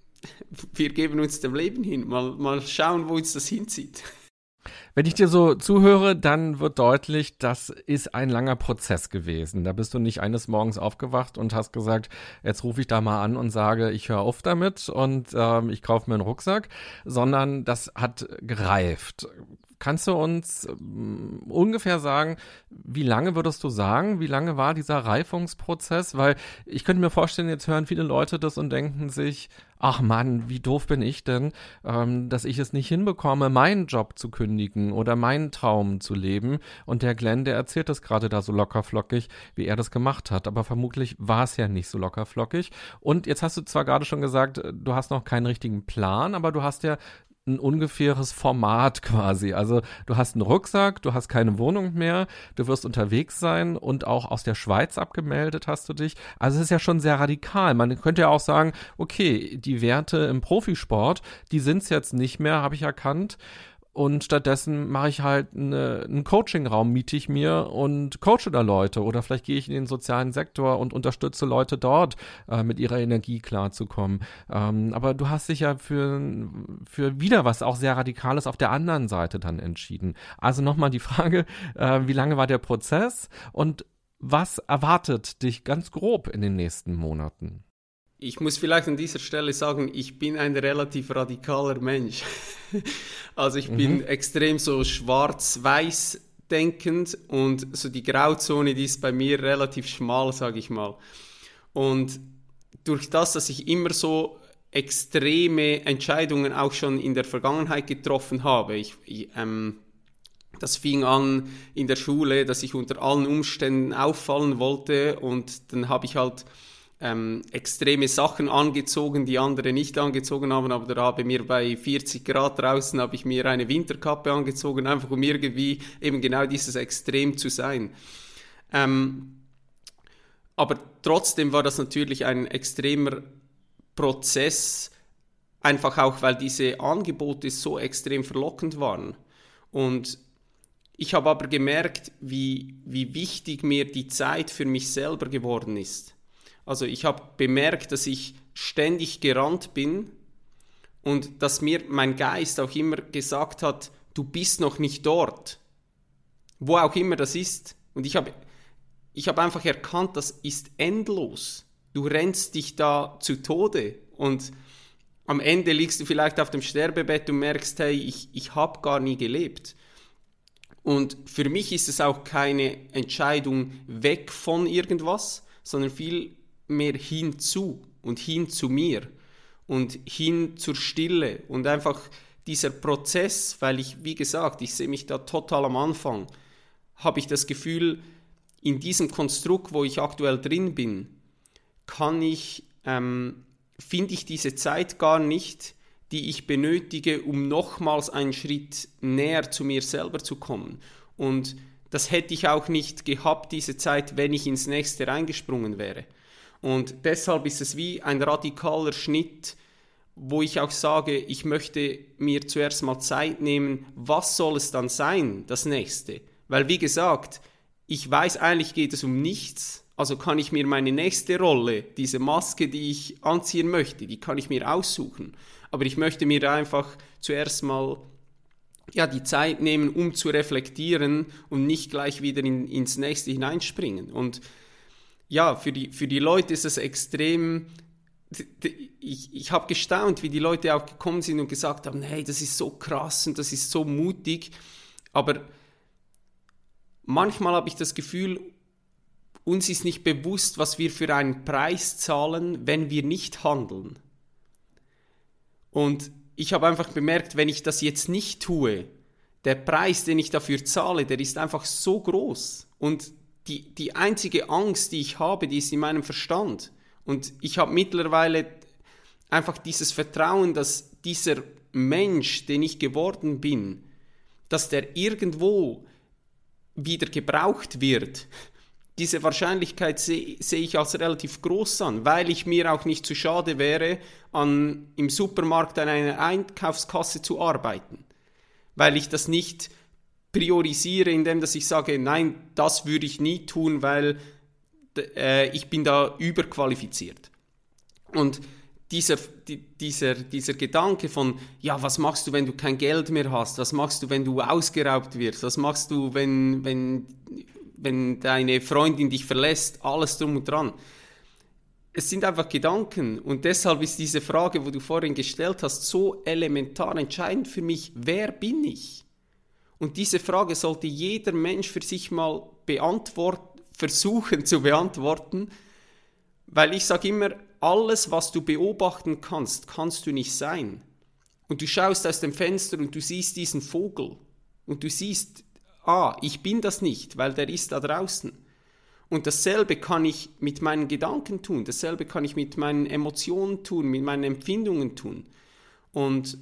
wir geben uns dem Leben hin. Mal, mal schauen, wo uns das hinzieht. Wenn ich dir so zuhöre, dann wird deutlich, das ist ein langer Prozess gewesen. Da bist du nicht eines Morgens aufgewacht und hast gesagt, jetzt rufe ich da mal an und sage, ich höre auf damit und ähm, ich kaufe mir einen Rucksack, sondern das hat gereift. Kannst du uns ähm, ungefähr sagen, wie lange würdest du sagen, wie lange war dieser Reifungsprozess? Weil ich könnte mir vorstellen, jetzt hören viele Leute das und denken sich, ach Mann, wie doof bin ich denn, ähm, dass ich es nicht hinbekomme, meinen Job zu kündigen oder meinen Traum zu leben. Und der Glenn, der erzählt das gerade da so lockerflockig, wie er das gemacht hat. Aber vermutlich war es ja nicht so lockerflockig. Und jetzt hast du zwar gerade schon gesagt, du hast noch keinen richtigen Plan, aber du hast ja ein ungefähres Format quasi. Also du hast einen Rucksack, du hast keine Wohnung mehr, du wirst unterwegs sein und auch aus der Schweiz abgemeldet hast du dich. Also es ist ja schon sehr radikal. Man könnte ja auch sagen, okay, die Werte im Profisport, die sind es jetzt nicht mehr, habe ich erkannt. Und stattdessen mache ich halt eine, einen Coaching-Raum, miete ich mir und coache da Leute. Oder vielleicht gehe ich in den sozialen Sektor und unterstütze Leute dort, äh, mit ihrer Energie klarzukommen. Ähm, aber du hast dich ja für, für wieder was auch sehr Radikales auf der anderen Seite dann entschieden. Also nochmal die Frage, äh, wie lange war der Prozess und was erwartet dich ganz grob in den nächsten Monaten? Ich muss vielleicht an dieser Stelle sagen, ich bin ein relativ radikaler Mensch. Also ich bin mhm. extrem so schwarz-weiß denkend und so die Grauzone, die ist bei mir relativ schmal, sage ich mal. Und durch das, dass ich immer so extreme Entscheidungen auch schon in der Vergangenheit getroffen habe, ich, ich, ähm, das fing an in der Schule, dass ich unter allen Umständen auffallen wollte und dann habe ich halt Ähm, extreme Sachen angezogen, die andere nicht angezogen haben, aber da habe mir bei vierzig Grad draußen, habe ich mir eine Winterkappe angezogen, einfach um irgendwie eben genau dieses Extrem zu sein. Ähm, aber trotzdem war das natürlich ein extremer Prozess, einfach auch, weil diese Angebote so extrem verlockend waren. Und ich habe aber gemerkt, wie, wie wichtig mir die Zeit für mich selber geworden ist. Also ich habe bemerkt, dass ich ständig gerannt bin und dass mir mein Geist auch immer gesagt hat, du bist noch nicht dort, wo auch immer das ist. Und ich habe ich habe einfach erkannt, das ist endlos. Du rennst dich da zu Tode und am Ende liegst du vielleicht auf dem Sterbebett und merkst, hey, ich, ich habe gar nie gelebt. Und für mich ist es auch keine Entscheidung weg von irgendwas, sondern viel mehr hinzu und hin zu mir und hin zur Stille und einfach dieser Prozess, weil ich, wie gesagt, ich sehe mich da total am Anfang, habe ich das Gefühl, in diesem Konstrukt, wo ich aktuell drin bin, kann ich, ähm, finde ich diese Zeit gar nicht, die ich benötige, um nochmals einen Schritt näher zu mir selber zu kommen. Und das hätte ich auch nicht gehabt, diese Zeit, wenn ich ins nächste reingesprungen wäre. Und deshalb ist es wie ein radikaler Schnitt, wo ich auch sage, ich möchte mir zuerst mal Zeit nehmen, was soll es dann sein, das nächste? Weil wie gesagt, ich weiß, eigentlich geht es um nichts, also kann ich mir meine nächste Rolle, diese Maske, die ich anziehen möchte, die kann ich mir aussuchen. Aber ich möchte mir einfach zuerst mal ja, die Zeit nehmen, um zu reflektieren und nicht gleich wieder in, ins nächste hineinspringen. Und ja, für die, für die Leute ist es extrem, ich, ich habe gestaunt, wie die Leute auch gekommen sind und gesagt haben, hey, das ist so krass und das ist so mutig, aber manchmal habe ich das Gefühl, uns ist nicht bewusst, was wir für einen Preis zahlen, wenn wir nicht handeln. Und ich habe einfach bemerkt, wenn ich das jetzt nicht tue, der Preis, den ich dafür zahle, der ist einfach so groß und Die, die einzige Angst, die ich habe, die ist in meinem Verstand. Und ich habe mittlerweile einfach dieses Vertrauen, dass dieser Mensch, den ich geworden bin, dass der irgendwo wieder gebraucht wird, diese Wahrscheinlichkeit sehe seh ich als relativ groß an, weil ich mir auch nicht zu schade wäre, an, im Supermarkt an einer Einkaufskasse zu arbeiten. Weil ich das nicht priorisiere, indem dass ich sage, nein, das würde ich nie tun, weil äh, ich bin da überqualifiziert. Und dieser, die, dieser, dieser Gedanke von, ja, was machst du, wenn du kein Geld mehr hast? Was machst du, wenn du ausgeraubt wirst? Was machst du, wenn, wenn, wenn deine Freundin dich verlässt? Alles drum und dran. Es sind einfach Gedanken und deshalb ist diese Frage, wo du vorhin gestellt hast, so elementar entscheidend für mich, wer bin ich? Und diese Frage sollte jeder Mensch für sich mal beantworten, versuchen zu beantworten, weil ich sage immer, alles, was du beobachten kannst, kannst du nicht sein. Und du schaust aus dem Fenster und du siehst diesen Vogel. Und du siehst, ah, ich bin das nicht, weil der ist da draußen. Und dasselbe kann ich mit meinen Gedanken tun, dasselbe kann ich mit meinen Emotionen tun, mit meinen Empfindungen tun. Und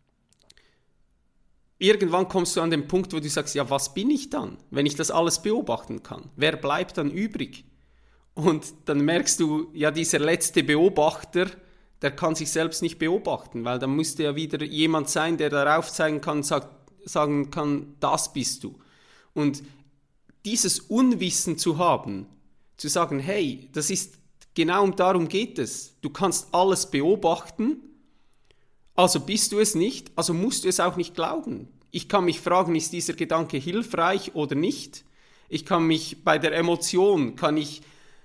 irgendwann kommst du an den Punkt, wo du sagst, ja, was bin ich dann, wenn ich das alles beobachten kann? Wer bleibt dann übrig? Und dann merkst du, ja, dieser letzte Beobachter, der kann sich selbst nicht beobachten, weil dann müsste ja wieder jemand sein, der darauf zeigen kann, sagt, sagen kann, das bist du. Und dieses Unwissen zu haben, zu sagen, hey, das ist genau und darum geht es. Du kannst alles beobachten, also bist du es nicht, also musst du es auch nicht glauben. Ich kann mich fragen, ist dieser Gedanke hilfreich oder nicht? Ich kann mich bei der Emotion, kann ich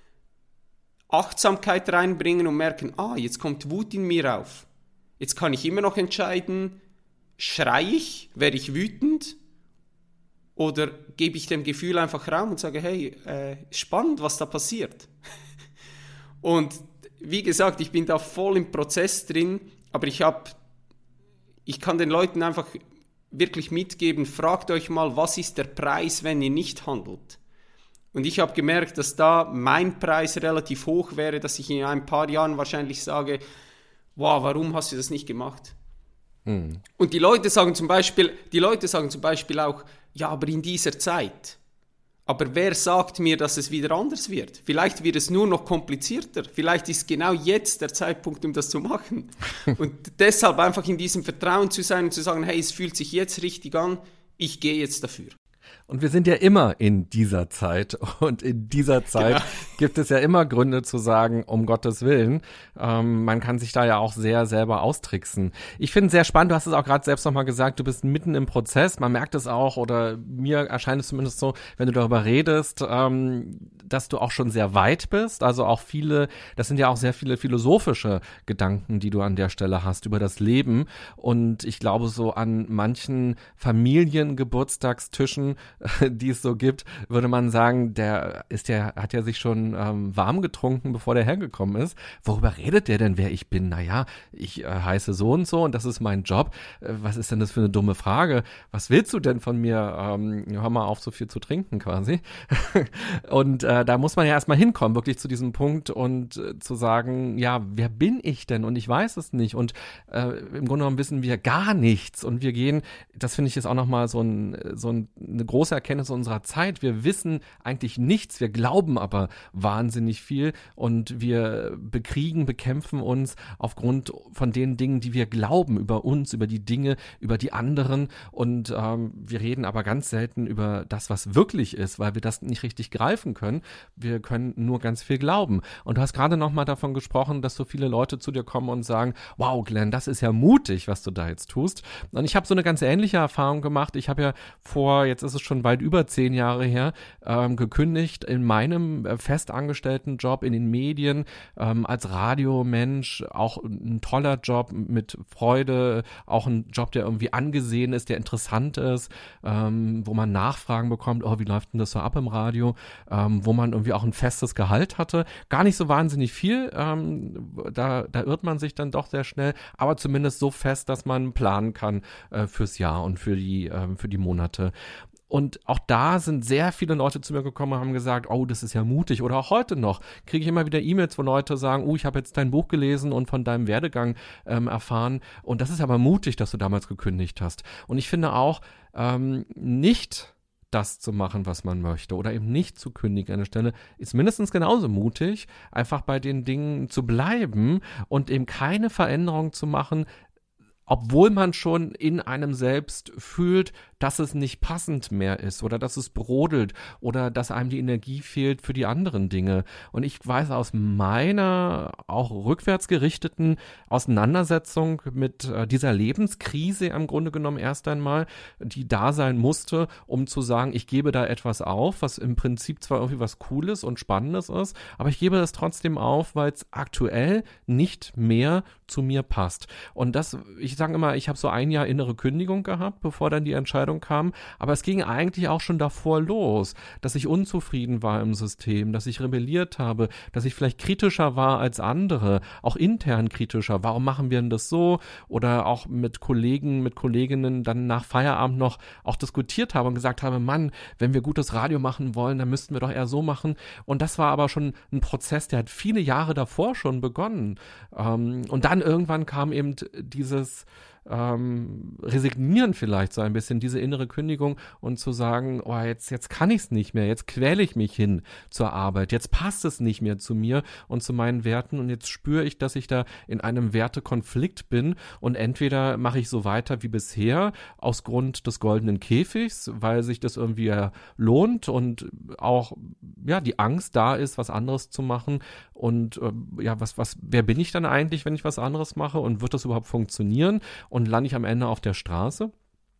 Achtsamkeit reinbringen und merken, ah, jetzt kommt Wut in mir auf. Jetzt kann ich immer noch entscheiden, schreie ich, werde ich wütend oder gebe ich dem Gefühl einfach Raum und sage, hey, äh, spannend, was da passiert. Und wie gesagt, ich bin da voll im Prozess drin, aber ich habe, ich kann den Leuten einfach wirklich mitgeben, fragt euch mal, was ist der Preis, wenn ihr nicht handelt? Und ich habe gemerkt, dass da mein Preis relativ hoch wäre, dass ich in ein paar Jahren wahrscheinlich sage, wow, warum hast du das nicht gemacht? Mhm. Und die Leute sagen zum Beispiel, die Leute sagen zum Beispiel auch, ja, aber in dieser Zeit. Aber wer sagt mir, dass es wieder anders wird? Vielleicht wird es nur noch komplizierter. Vielleicht ist genau jetzt der Zeitpunkt, um das zu machen. Und deshalb einfach in diesem Vertrauen zu sein und zu sagen, hey, es fühlt sich jetzt richtig an, ich gehe jetzt dafür. Und wir sind ja immer in dieser Zeit und in dieser Zeit genau. gibt es ja immer Gründe zu sagen, um Gottes Willen. Ähm, man kann sich da ja auch sehr selber austricksen. Ich finde es sehr spannend, du hast es auch gerade selbst nochmal gesagt, du bist mitten im Prozess, man merkt es auch oder mir erscheint es zumindest so, wenn du darüber redest, ähm, dass du auch schon sehr weit bist, also auch viele, das sind ja auch sehr viele philosophische Gedanken, die du an der Stelle hast über das Leben und ich glaube so an manchen Familiengeburtstagstischen, die es so gibt, würde man sagen, der ist ja, hat ja sich schon ähm, warm getrunken, bevor der hergekommen ist. Worüber redet der denn, wer ich bin? Naja, ich äh, heiße so und so und das ist mein Job. Äh, was ist denn das für eine dumme Frage? Was willst du denn von mir? Ähm, hör mal auf, so viel zu trinken quasi. Und äh, da muss man ja erstmal hinkommen, wirklich zu diesem Punkt und äh, zu sagen, ja, wer bin ich denn? Und ich weiß es nicht. Und äh, im Grunde genommen wissen wir gar nichts. Und wir gehen, das finde ich ist auch nochmal so, ein, so ein, eine große Erkenntnis unserer Zeit. Wir wissen eigentlich nichts, wir glauben aber wahnsinnig viel und wir bekriegen, bekämpfen uns aufgrund von den Dingen, die wir glauben, über uns, über die Dinge, über die anderen und ähm, wir reden aber ganz selten über das, was wirklich ist, weil wir das nicht richtig greifen können. Wir können nur ganz viel glauben. Und du hast gerade nochmal davon gesprochen, dass so viele Leute zu dir kommen und sagen, wow, Glenn, das ist ja mutig, was du da jetzt tust. Und ich habe so eine ganz ähnliche Erfahrung gemacht. Ich habe ja vor, jetzt ist es schon weit über zehn Jahre her, ähm, gekündigt in meinem äh, festangestellten Job in den Medien ähm, als Radiomensch, auch ein toller Job mit Freude, auch ein Job, der irgendwie angesehen ist, der interessant ist, ähm, wo man Nachfragen bekommt, oh, wie läuft denn das so ab im Radio, ähm, wo man irgendwie auch ein festes Gehalt hatte, gar nicht so wahnsinnig viel, ähm, da, da irrt man sich dann doch sehr schnell, aber zumindest so fest, dass man planen kann äh, fürs Jahr und für die, äh, für die Monate. Und auch da sind sehr viele Leute zu mir gekommen und haben gesagt, oh, das ist ja mutig. Oder auch heute noch kriege ich immer wieder E-Mails, wo Leute sagen, oh, ich habe jetzt dein Buch gelesen und von deinem Werdegang ähm, erfahren. Und das ist aber mutig, dass du damals gekündigt hast. Und ich finde auch, ähm, nicht das zu machen, was man möchte oder eben nicht zu kündigen an der Stelle, ist mindestens genauso mutig, einfach bei den Dingen zu bleiben und eben keine Veränderung zu machen, obwohl man schon in einem selbst fühlt, dass es nicht passend mehr ist oder dass es brodelt oder dass einem die Energie fehlt für die anderen Dinge. Und ich weiß aus meiner auch rückwärts gerichteten Auseinandersetzung mit äh, dieser Lebenskrise im Grunde genommen erst einmal, die da sein musste, um zu sagen, ich gebe da etwas auf, was im Prinzip zwar irgendwie was Cooles und Spannendes ist, aber ich gebe das trotzdem auf, weil es aktuell nicht mehr zu mir passt. Und das, ich sage immer, ich habe so ein Jahr innere Kündigung gehabt, bevor dann die Entscheidung kam, aber es ging eigentlich auch schon davor los, dass ich unzufrieden war im System, dass ich rebelliert habe, dass ich vielleicht kritischer war als andere, auch intern kritischer. Warum machen wir denn das so? Oder auch mit Kollegen, mit Kolleginnen dann nach Feierabend noch auch diskutiert habe und gesagt habe, Mann, wenn wir gutes Radio machen wollen, dann müssten wir doch eher so machen. Und das war aber schon ein Prozess, der hat viele Jahre davor schon begonnen. Und dann irgendwann kam eben dieses Ähm, resignieren vielleicht so ein bisschen, diese innere Kündigung und zu sagen, oh, jetzt, jetzt kann ich es nicht mehr, jetzt quäle ich mich hin zur Arbeit, jetzt passt es nicht mehr zu mir und zu meinen Werten und jetzt spüre ich, dass ich da in einem Wertekonflikt bin und entweder mache ich so weiter wie bisher aus Grund des goldenen Käfigs, weil sich das irgendwie lohnt und auch ja die Angst da ist, was anderes zu machen und äh, ja, was, was, wer bin ich dann eigentlich, wenn ich was anderes mache und wird das überhaupt funktionieren? Und lande ich am Ende auf der Straße.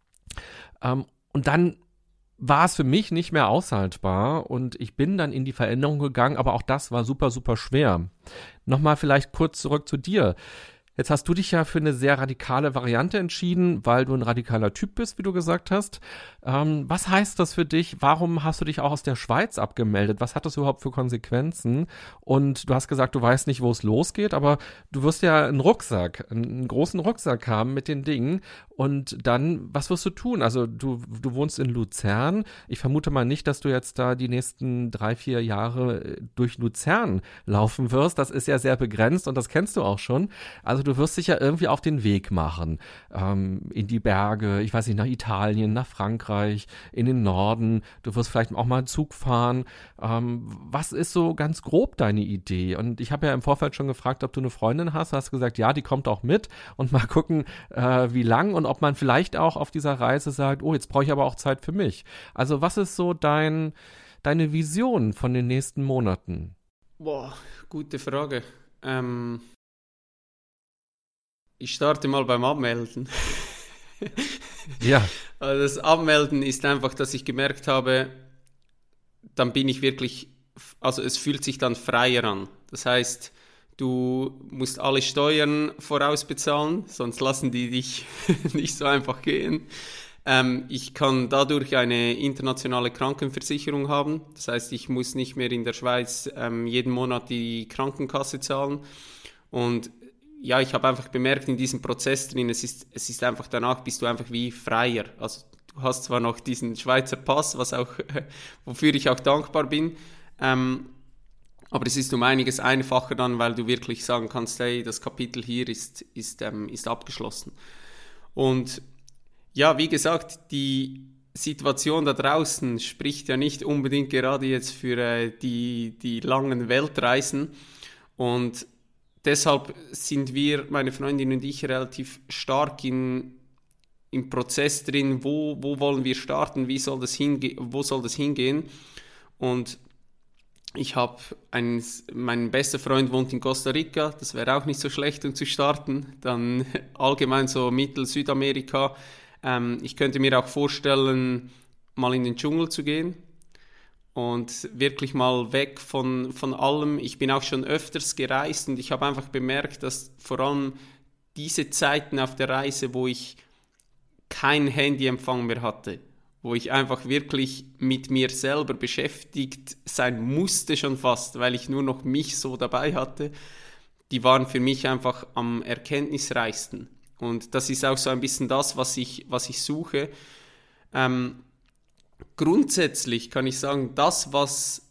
Ähm, und dann war es für mich nicht mehr aushaltbar und ich bin dann in die Veränderung gegangen, aber auch das war super, super schwer. Nochmal vielleicht kurz zurück zu dir. Jetzt hast du dich ja für eine sehr radikale Variante entschieden, weil du ein radikaler Typ bist, wie du gesagt hast. Ähm, was heißt das für dich? Warum hast du dich auch aus der Schweiz abgemeldet? Was hat das überhaupt für Konsequenzen? Und du hast gesagt, du weißt nicht, wo es losgeht, aber du wirst ja einen Rucksack, einen großen Rucksack haben mit den Dingen. Und dann, was wirst du tun? Also du, du wohnst in Luzern. Ich vermute mal nicht, dass du jetzt da die nächsten drei, vier Jahre durch Luzern laufen wirst. Das ist ja sehr begrenzt und das kennst du auch schon. Also du wirst dich ja irgendwie auf den Weg machen. Ähm, in die Berge, ich weiß nicht, nach Italien, nach Frankreich, in den Norden. Du wirst vielleicht auch mal einen Zug fahren. Ähm, was ist so ganz grob deine Idee? Und ich habe ja im Vorfeld schon gefragt, ob du eine Freundin hast. Du hast gesagt, ja, die kommt auch mit. Und mal gucken, äh, wie lang und ob man vielleicht auch auf dieser Reise sagt, oh, jetzt brauche ich aber auch Zeit für mich. Also was ist so dein, deine Vision von den nächsten Monaten? Boah, gute Frage. Ähm, ich starte mal beim Abmelden. Ja. Also das Abmelden ist einfach, dass ich gemerkt habe, dann bin ich wirklich, also es fühlt sich dann freier an. Das heißt, du musst alle Steuern vorausbezahlen, sonst lassen die dich nicht so einfach gehen. Ähm, ich kann dadurch eine internationale Krankenversicherung haben. Das heißt, ich muss nicht mehr in der Schweiz ähm, jeden Monat die Krankenkasse zahlen. Und ja, ich habe einfach bemerkt in diesem Prozess drin, es ist, es ist einfach danach, bist du einfach wie freier. Also du hast zwar noch diesen Schweizer Pass, was auch, wofür ich auch dankbar bin, ähm, aber es ist um einiges einfacher dann, weil du wirklich sagen kannst, hey, das Kapitel hier ist, ist, ähm, ist abgeschlossen. Und ja, wie gesagt, die Situation da draußen spricht ja nicht unbedingt gerade jetzt für äh, die, die langen Weltreisen. Und deshalb sind wir, meine Freundin und ich, relativ stark in, im Prozess drin, wo, wo wollen wir starten, wie soll das hinge- wo soll das hingehen. Und ich habe einen, mein bester Freund wohnt in Costa Rica, das wäre auch nicht so schlecht, um zu starten. Dann allgemein so Mittel-Südamerika. Ähm, ich könnte mir auch vorstellen, mal in den Dschungel zu gehen und wirklich mal weg von, von allem. Ich bin auch schon öfters gereist und ich habe einfach bemerkt, dass vor allem diese Zeiten auf der Reise, wo ich kein Handyempfang mehr hatte, wo ich einfach wirklich mit mir selber beschäftigt sein musste schon fast, weil ich nur noch mich so dabei hatte, die waren für mich einfach am erkenntnisreichsten. Und das ist auch so ein bisschen das, was ich, was ich suche. Ähm, grundsätzlich kann ich sagen, das, was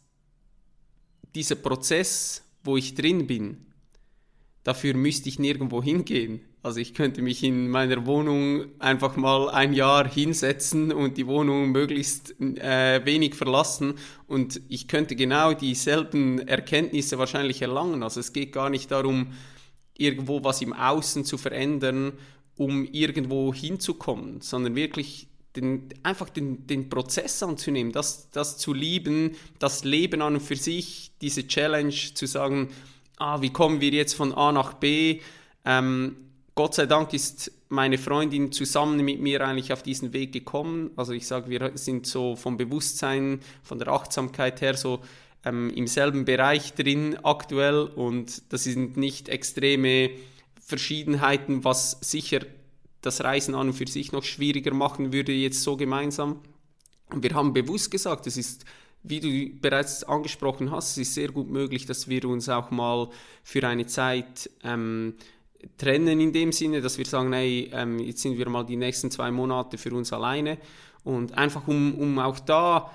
dieser Prozess, wo ich drin bin, dafür müsste ich nirgendwo hingehen. Also ich könnte mich in meiner Wohnung einfach mal ein Jahr hinsetzen und die Wohnung möglichst äh, wenig verlassen und ich könnte genau dieselben Erkenntnisse wahrscheinlich erlangen. Also es geht gar nicht darum, irgendwo was im Außen zu verändern, um irgendwo hinzukommen, sondern wirklich den, einfach den, den Prozess anzunehmen, das, das zu lieben, das Leben an und für sich, diese Challenge zu sagen, ah, wie kommen wir jetzt von A nach B? Ähm, Gott sei Dank ist meine Freundin zusammen mit mir eigentlich auf diesen Weg gekommen. Also ich sage, wir sind so vom Bewusstsein, von der Achtsamkeit her so ähm, im selben Bereich drin aktuell und das sind nicht extreme Verschiedenheiten, was sicher das Reisen an und für sich noch schwieriger machen würde jetzt so gemeinsam. Und wir haben bewusst gesagt, es ist, wie du bereits angesprochen hast, es ist sehr gut möglich, dass wir uns auch mal für eine Zeit ähm, trennen in dem Sinne, dass wir sagen, hey, ähm, jetzt sind wir mal die nächsten zwei Monate für uns alleine und einfach um, um auch da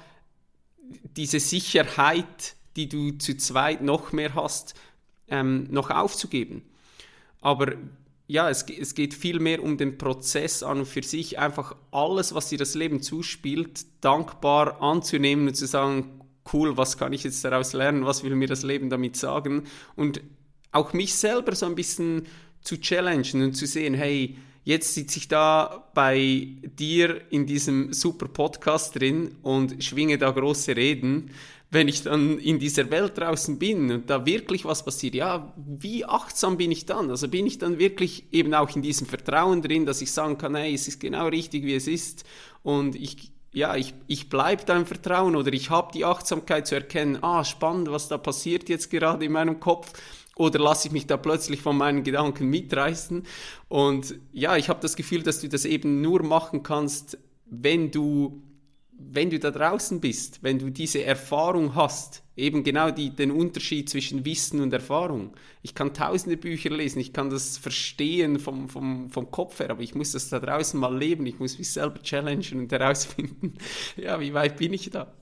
diese Sicherheit, die du zu zweit noch mehr hast, ähm, noch aufzugeben. Aber ja, es, es geht viel mehr um den Prozess an und für sich, einfach alles, was dir das Leben zuspielt, dankbar anzunehmen und zu sagen, cool, was kann ich jetzt daraus lernen, was will mir das Leben damit sagen und auch mich selber so ein bisschen zu challengen und zu sehen, hey, jetzt sitze ich da bei dir in diesem super Podcast drin und schwinge da große Reden. Wenn ich dann in dieser Welt draußen bin und da wirklich was passiert, ja, wie achtsam bin ich dann? Also bin ich dann wirklich eben auch in diesem Vertrauen drin, dass ich sagen kann, hey, es ist genau richtig, wie es ist und ich, ja, ich, ich bleibe da im Vertrauen oder ich habe die Achtsamkeit zu erkennen, ah, spannend, was da passiert jetzt gerade in meinem Kopf oder lasse ich mich da plötzlich von meinen Gedanken mitreißen und ja, ich habe das Gefühl, dass du das eben nur machen kannst, wenn du wenn du da draußen bist, wenn du diese Erfahrung hast, eben genau die, den Unterschied zwischen Wissen und Erfahrung. Ich kann tausende Bücher lesen, ich kann das verstehen vom, vom, vom Kopf her, aber ich muss das da draußen mal leben, ich muss mich selber challengen und herausfinden, ja, wie weit bin ich da?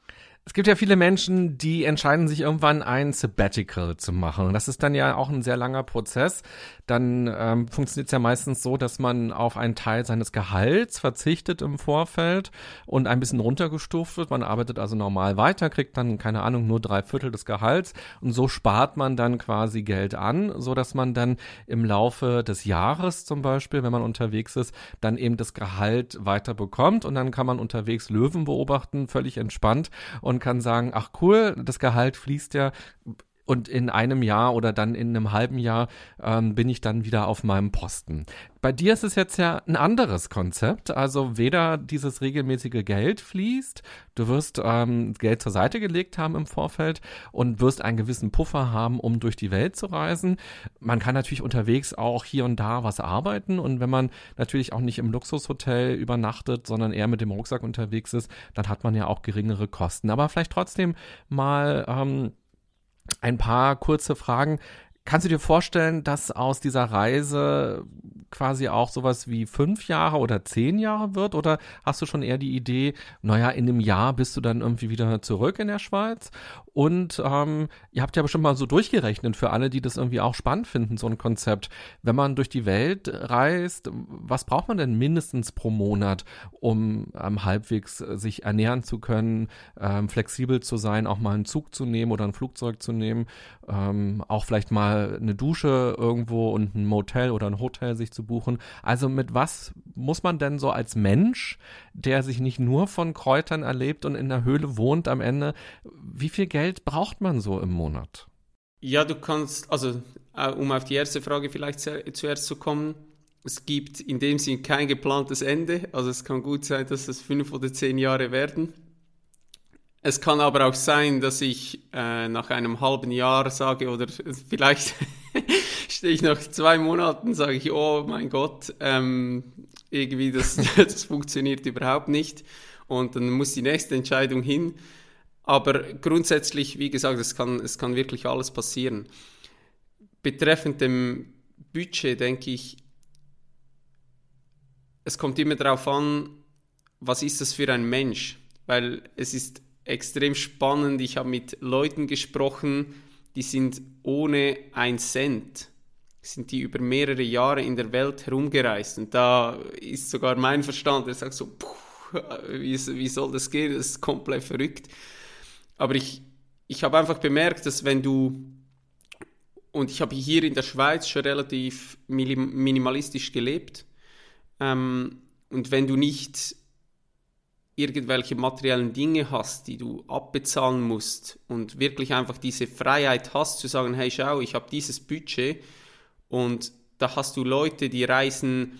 Es gibt ja viele Menschen, die entscheiden sich irgendwann ein Sabbatical zu machen. Und das ist dann ja auch ein sehr langer Prozess. Dann ähm, funktioniert es ja meistens so, dass man auf einen Teil seines Gehalts verzichtet im Vorfeld und ein bisschen runtergestuft wird. Man arbeitet also normal weiter, kriegt dann, keine Ahnung, nur drei Viertel des Gehalts. Und so spart man dann quasi Geld an, so dass man dann im Laufe des Jahres zum Beispiel, wenn man unterwegs ist, dann eben das Gehalt weiter bekommt. Und dann kann man unterwegs Löwen beobachten, völlig entspannt. Und kann sagen, ach cool, das Gehalt fließt ja und in einem Jahr oder dann in einem halben Jahr ähm, bin ich dann wieder auf meinem Posten. Bei dir ist es jetzt ja ein anderes Konzept, also weder dieses regelmäßige Geld fließt, du wirst ähm, Geld zur Seite gelegt haben im Vorfeld und wirst einen gewissen Puffer haben, um durch die Welt zu reisen. Man kann natürlich unterwegs auch hier und da was arbeiten und wenn man natürlich auch nicht im Luxushotel übernachtet, sondern eher mit dem Rucksack unterwegs ist, dann hat man ja auch geringere Kosten. Aber vielleicht trotzdem mal ähm, ein paar kurze Fragen. Kannst du dir vorstellen, dass aus dieser Reise quasi auch sowas wie fünf Jahre oder zehn Jahre wird? Oder hast du schon eher die Idee, naja, in einem Jahr bist du dann irgendwie wieder zurück in der Schweiz? Und ähm, ihr habt ja bestimmt mal so durchgerechnet für alle, die das irgendwie auch spannend finden, so ein Konzept. Wenn man durch die Welt reist, was braucht man denn mindestens pro Monat, um ähm, halbwegs sich ernähren zu können, ähm, flexibel zu sein, auch mal einen Zug zu nehmen oder ein Flugzeug zu nehmen, ähm, auch vielleicht mal eine Dusche irgendwo und ein Motel oder ein Hotel sich zu buchen. Also mit was muss man denn so als Mensch, der sich nicht nur von Kräutern erlebt und in der Höhle wohnt am Ende, wie viel Geld braucht man so im Monat? Ja, du kannst, also um auf die erste Frage vielleicht zuerst zu kommen, es gibt in dem Sinn kein geplantes Ende, also es kann gut sein, dass es fünf oder zehn Jahre werden. Es kann aber auch sein, dass ich äh, nach einem halben Jahr sage, oder vielleicht stehe ich nach zwei Monaten, sage ich, oh mein Gott, ähm, irgendwie das, das funktioniert überhaupt nicht. Und dann muss die nächste Entscheidung hin. Aber grundsätzlich, wie gesagt, es kann, es kann wirklich alles passieren. Betreffend dem Budget denke ich, es kommt immer darauf an, was ist das für ein Mensch? Weil es ist extrem spannend. Ich habe mit Leuten gesprochen, die sind ohne ein Cent sind die über mehrere Jahre in der Welt herumgereist. Und da ist sogar mein Verstand, der sagt so, puh, wie, wie soll das gehen? Das ist komplett verrückt. Aber ich, ich habe einfach bemerkt, dass wenn du, und ich habe hier in der Schweiz schon relativ minimalistisch gelebt, ähm, und wenn du nicht irgendwelche materiellen Dinge hast, die du abbezahlen musst und wirklich einfach diese Freiheit hast, zu sagen, hey, schau, ich habe dieses Budget und da hast du Leute, die reisen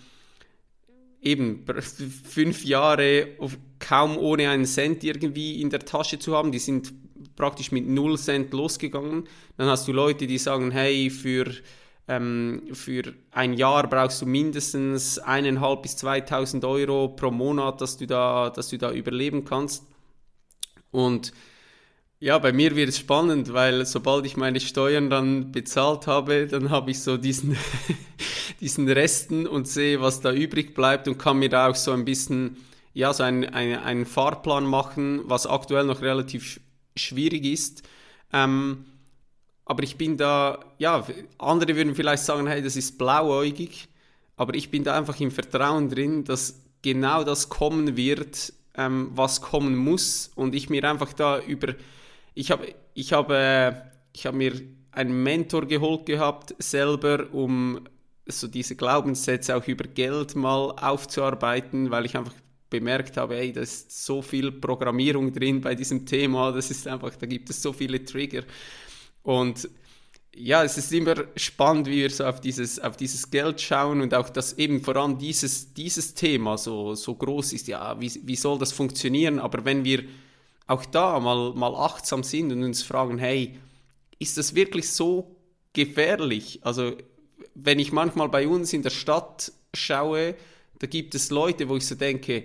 eben fünf Jahre kaum ohne einen Cent irgendwie in der Tasche zu haben, die sind praktisch mit null Cent losgegangen. Dann hast du Leute, die sagen, hey, für Ähm, für ein Jahr brauchst du mindestens eineinhalb bis zweitausend Euro pro Monat, dass du da, dass du da überleben kannst. Und ja, bei mir wird es spannend, weil sobald ich meine Steuern dann bezahlt habe, dann habe ich so diesen, diesen Resten und sehe, was da übrig bleibt und kann mir da auch so ein bisschen, ja, so ein, ein, einen Fahrplan machen, was aktuell noch relativ schwierig ist. Ähm, Aber ich bin da, ja, andere würden vielleicht sagen, hey, das ist blauäugig, aber ich bin da einfach im Vertrauen drin, dass genau das kommen wird, ähm, was kommen muss und ich mir einfach da über, ich habe ich hab, äh, ich hab mir einen Mentor geholt gehabt, selber, um so diese Glaubenssätze auch über Geld mal aufzuarbeiten, weil ich einfach bemerkt habe, hey, da ist so viel Programmierung drin bei diesem Thema, das ist einfach, da gibt es so viele Trigger. Und ja, es ist immer spannend, wie wir so auf dieses, auf dieses Geld schauen und auch, dass eben vor allem dieses, dieses Thema so, so groß ist. Ja, wie, wie soll das funktionieren? Aber wenn wir auch da mal, mal achtsam sind und uns fragen, hey, ist das wirklich so gefährlich? Also, wenn ich manchmal bei uns in der Stadt schaue, da gibt es Leute, wo ich so denke,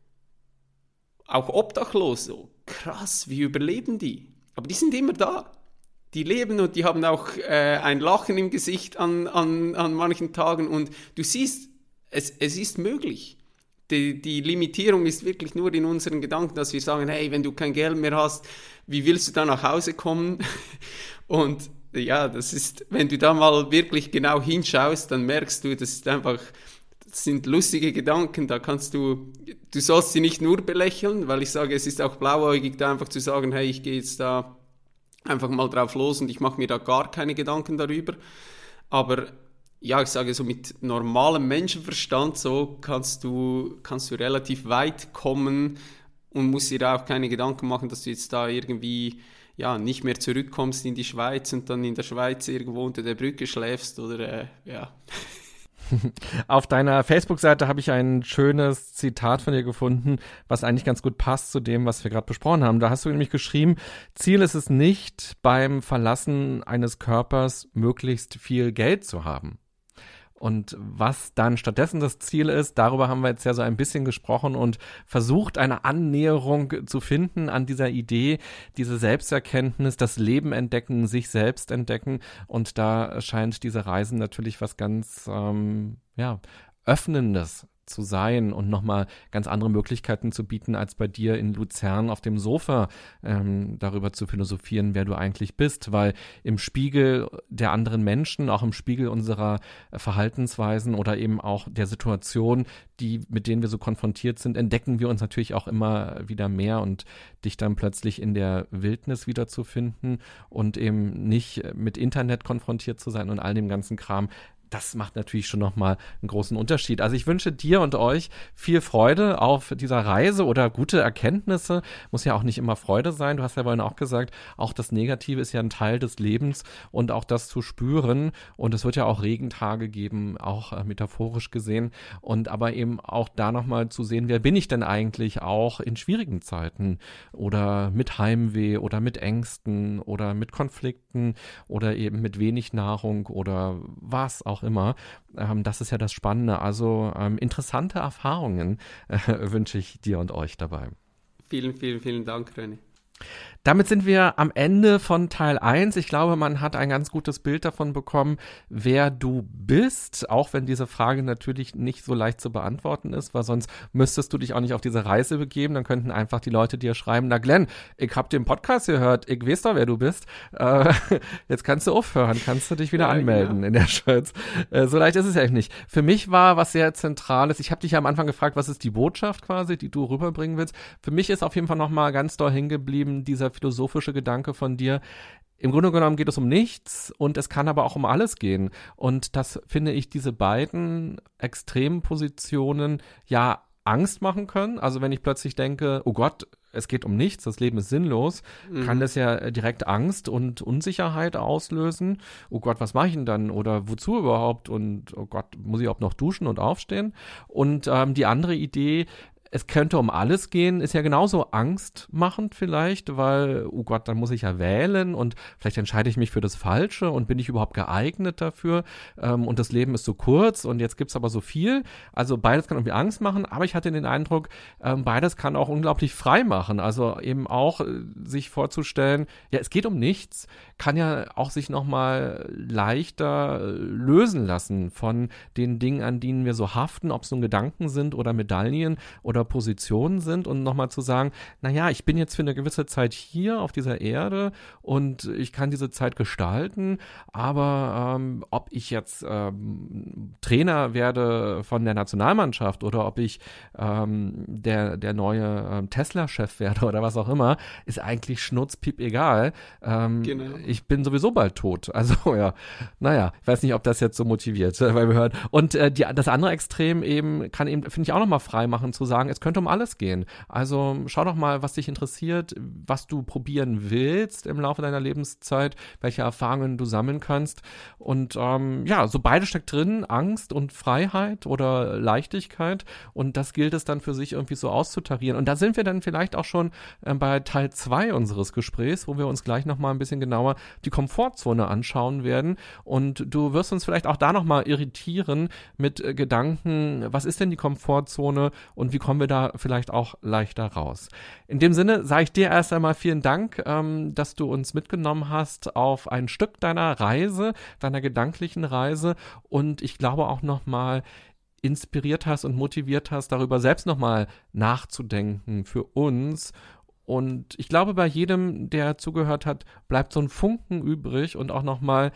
auch Obdachlose, so krass, wie überleben die? Aber die sind immer da. Die leben und die haben auch äh, ein Lachen im Gesicht an, an, an manchen Tagen und du siehst, es, es ist möglich. Die, die Limitierung ist wirklich nur in unseren Gedanken, dass wir sagen, hey, wenn du kein Geld mehr hast, wie willst du da nach Hause kommen? Und ja, das ist, wenn du da mal wirklich genau hinschaust, dann merkst du, das ist einfach, das sind lustige Gedanken, da kannst du, du sollst sie nicht nur belächeln, weil ich sage, es ist auch blauäugig, da einfach zu sagen, hey, ich gehe jetzt da einfach mal drauf los und ich mache mir da gar keine Gedanken darüber. Aber ja, ich sage so, mit normalem Menschenverstand so kannst du, kannst du relativ weit kommen und musst dir da auch keine Gedanken machen, dass du jetzt da irgendwie ja, nicht mehr zurückkommst in die Schweiz und dann in der Schweiz irgendwo unter der Brücke schläfst oder äh, ja. Auf deiner Facebook-Seite habe ich ein schönes Zitat von dir gefunden, was eigentlich ganz gut passt zu dem, was wir gerade besprochen haben. Da hast du nämlich geschrieben, Ziel ist es nicht, beim Verlassen eines Körpers möglichst viel Geld zu haben. Und was dann stattdessen das Ziel ist, darüber haben wir jetzt ja so ein bisschen gesprochen und versucht, eine Annäherung zu finden an dieser Idee, diese Selbsterkenntnis, das Leben entdecken, sich selbst entdecken. Und da scheint diese Reisen natürlich was ganz, ähm, ja, Öffnendes zu sein und nochmal ganz andere Möglichkeiten zu bieten, als bei dir in Luzern auf dem Sofa ähm, darüber zu philosophieren, wer du eigentlich bist, weil im Spiegel der anderen Menschen, auch im Spiegel unserer Verhaltensweisen oder eben auch der Situation, die, mit denen wir so konfrontiert sind, entdecken wir uns natürlich auch immer wieder mehr und dich dann plötzlich in der Wildnis wiederzufinden und eben nicht mit Internet konfrontiert zu sein und all dem ganzen Kram. Das macht natürlich schon nochmal einen großen Unterschied. Also ich wünsche dir und euch viel Freude auf dieser Reise oder gute Erkenntnisse. Muss ja auch nicht immer Freude sein. Du hast ja vorhin auch gesagt, auch das Negative ist ja ein Teil des Lebens und auch das zu spüren. Und es wird ja auch Regentage geben, auch äh, metaphorisch gesehen. Und aber eben auch da nochmal zu sehen, wer bin ich denn eigentlich auch in schwierigen Zeiten oder mit Heimweh oder mit Ängsten oder mit Konflikten oder eben mit wenig Nahrung oder was auch immer. Ähm, das ist ja das Spannende. Also ähm, interessante Erfahrungen äh, wünsche ich dir und euch dabei. Vielen, vielen, vielen Dank, René. Damit sind wir am Ende von Teil eins. Ich glaube, man hat ein ganz gutes Bild davon bekommen, wer du bist, auch wenn diese Frage natürlich nicht so leicht zu beantworten ist, weil sonst müsstest du dich auch nicht auf diese Reise begeben. Dann könnten einfach die Leute dir schreiben, na Glenn, ich hab den Podcast gehört, ich weiß doch, wer du bist. Äh, jetzt kannst du aufhören, kannst du dich wieder ja, anmelden ja. in der Schweiz. Äh, so leicht ist es ja nicht. Für mich war was sehr Zentrales. Ich habe dich ja am Anfang gefragt, was ist die Botschaft quasi, die du rüberbringen willst. Für mich ist auf jeden Fall nochmal ganz doll hängen geblieben, dieser philosophische Gedanke von dir. Im Grunde genommen geht es um nichts und es kann aber auch um alles gehen. Und das finde ich, diese beiden extremen Positionen ja Angst machen können. Also wenn ich plötzlich denke, oh Gott, es geht um nichts, das Leben ist sinnlos, mhm. kann das ja direkt Angst und Unsicherheit auslösen. Oh Gott, was mache ich denn dann? Oder wozu überhaupt? Und oh Gott, muss ich auch noch duschen und aufstehen? Und ähm, die andere Idee, es könnte um alles gehen, ist ja genauso angstmachend vielleicht, weil, oh Gott, dann muss ich ja wählen und vielleicht entscheide ich mich für das Falsche und bin ich überhaupt geeignet dafür ähm, und das Leben ist so kurz und jetzt gibt's aber so viel. Also beides kann irgendwie Angst machen, aber ich hatte den Eindruck, ähm, beides kann auch unglaublich frei machen. Also eben auch äh, sich vorzustellen, ja, es geht um nichts, kann ja auch sich nochmal leichter äh, lösen lassen von den Dingen, an denen wir so haften, ob es nun Gedanken sind oder Medaillen oder Positionen sind und nochmal zu sagen, naja, ich bin jetzt für eine gewisse Zeit hier auf dieser Erde und ich kann diese Zeit gestalten, aber ähm, ob ich jetzt ähm, Trainer werde von der Nationalmannschaft oder ob ich ähm, der, der neue ähm, Tesla-Chef werde oder was auch immer, ist eigentlich schnurzpiep egal. Ähm, genau. Ich bin sowieso bald tot. Also ja, naja, ich weiß nicht, ob das jetzt so motiviert, weil wir hören. Und äh, die, das andere Extrem eben kann eben, finde ich, auch nochmal frei machen zu sagen, es könnte um alles gehen. Also schau doch mal, was dich interessiert, was du probieren willst im Laufe deiner Lebenszeit, welche Erfahrungen du sammeln kannst. Und ähm, ja, so beide steckt drin, Angst und Freiheit oder Leichtigkeit. Und das gilt es dann für sich irgendwie so auszutarieren. Und da sind wir dann vielleicht auch schon äh, bei Teil zwei unseres Gesprächs, wo wir uns gleich nochmal ein bisschen genauer die Komfortzone anschauen werden. Und du wirst uns vielleicht auch da nochmal irritieren mit äh, Gedanken, was ist denn die Komfortzone und wie kommen wir da vielleicht auch leichter raus. In dem Sinne sage ich dir erst einmal vielen Dank, ähm, dass du uns mitgenommen hast auf ein Stück deiner Reise, deiner gedanklichen Reise und ich glaube auch nochmal inspiriert hast und motiviert hast, darüber selbst nochmal nachzudenken für uns. Und ich glaube, bei jedem, der zugehört hat, bleibt so ein Funken übrig und auch nochmal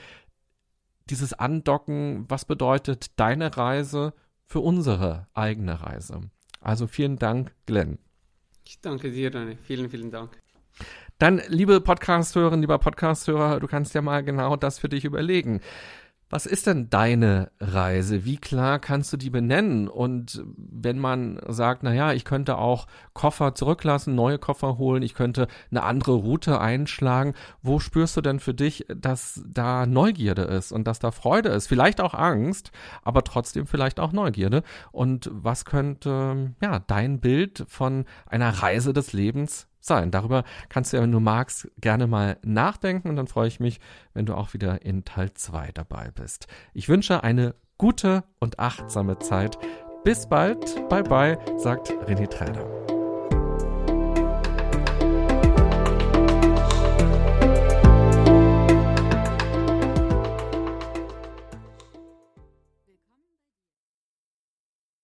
dieses Andocken, was bedeutet deine Reise für unsere eigene Reise. Also vielen Dank, Glenn. Ich danke dir, René. Vielen, vielen Dank. Dann, liebe Podcast-Hörerinnen, lieber Podcast-Hörer, du kannst ja mal genau das für dich überlegen. Was ist denn deine Reise? Wie klar kannst du die benennen? Und wenn man sagt, naja, ich könnte auch Koffer zurücklassen, neue Koffer holen, ich könnte eine andere Route einschlagen, wo spürst du denn für dich, dass da Neugierde ist und dass da Freude ist? Vielleicht auch Angst, aber trotzdem vielleicht auch Neugierde. Und was könnte, ja, dein Bild von einer Reise des Lebens sein? Darüber kannst du ja, wenn du magst, gerne mal nachdenken und dann freue ich mich, wenn du auch wieder in Teil zwei dabei bist. Ich wünsche eine gute und achtsame Zeit. Bis bald, bye bye, sagt René Träder.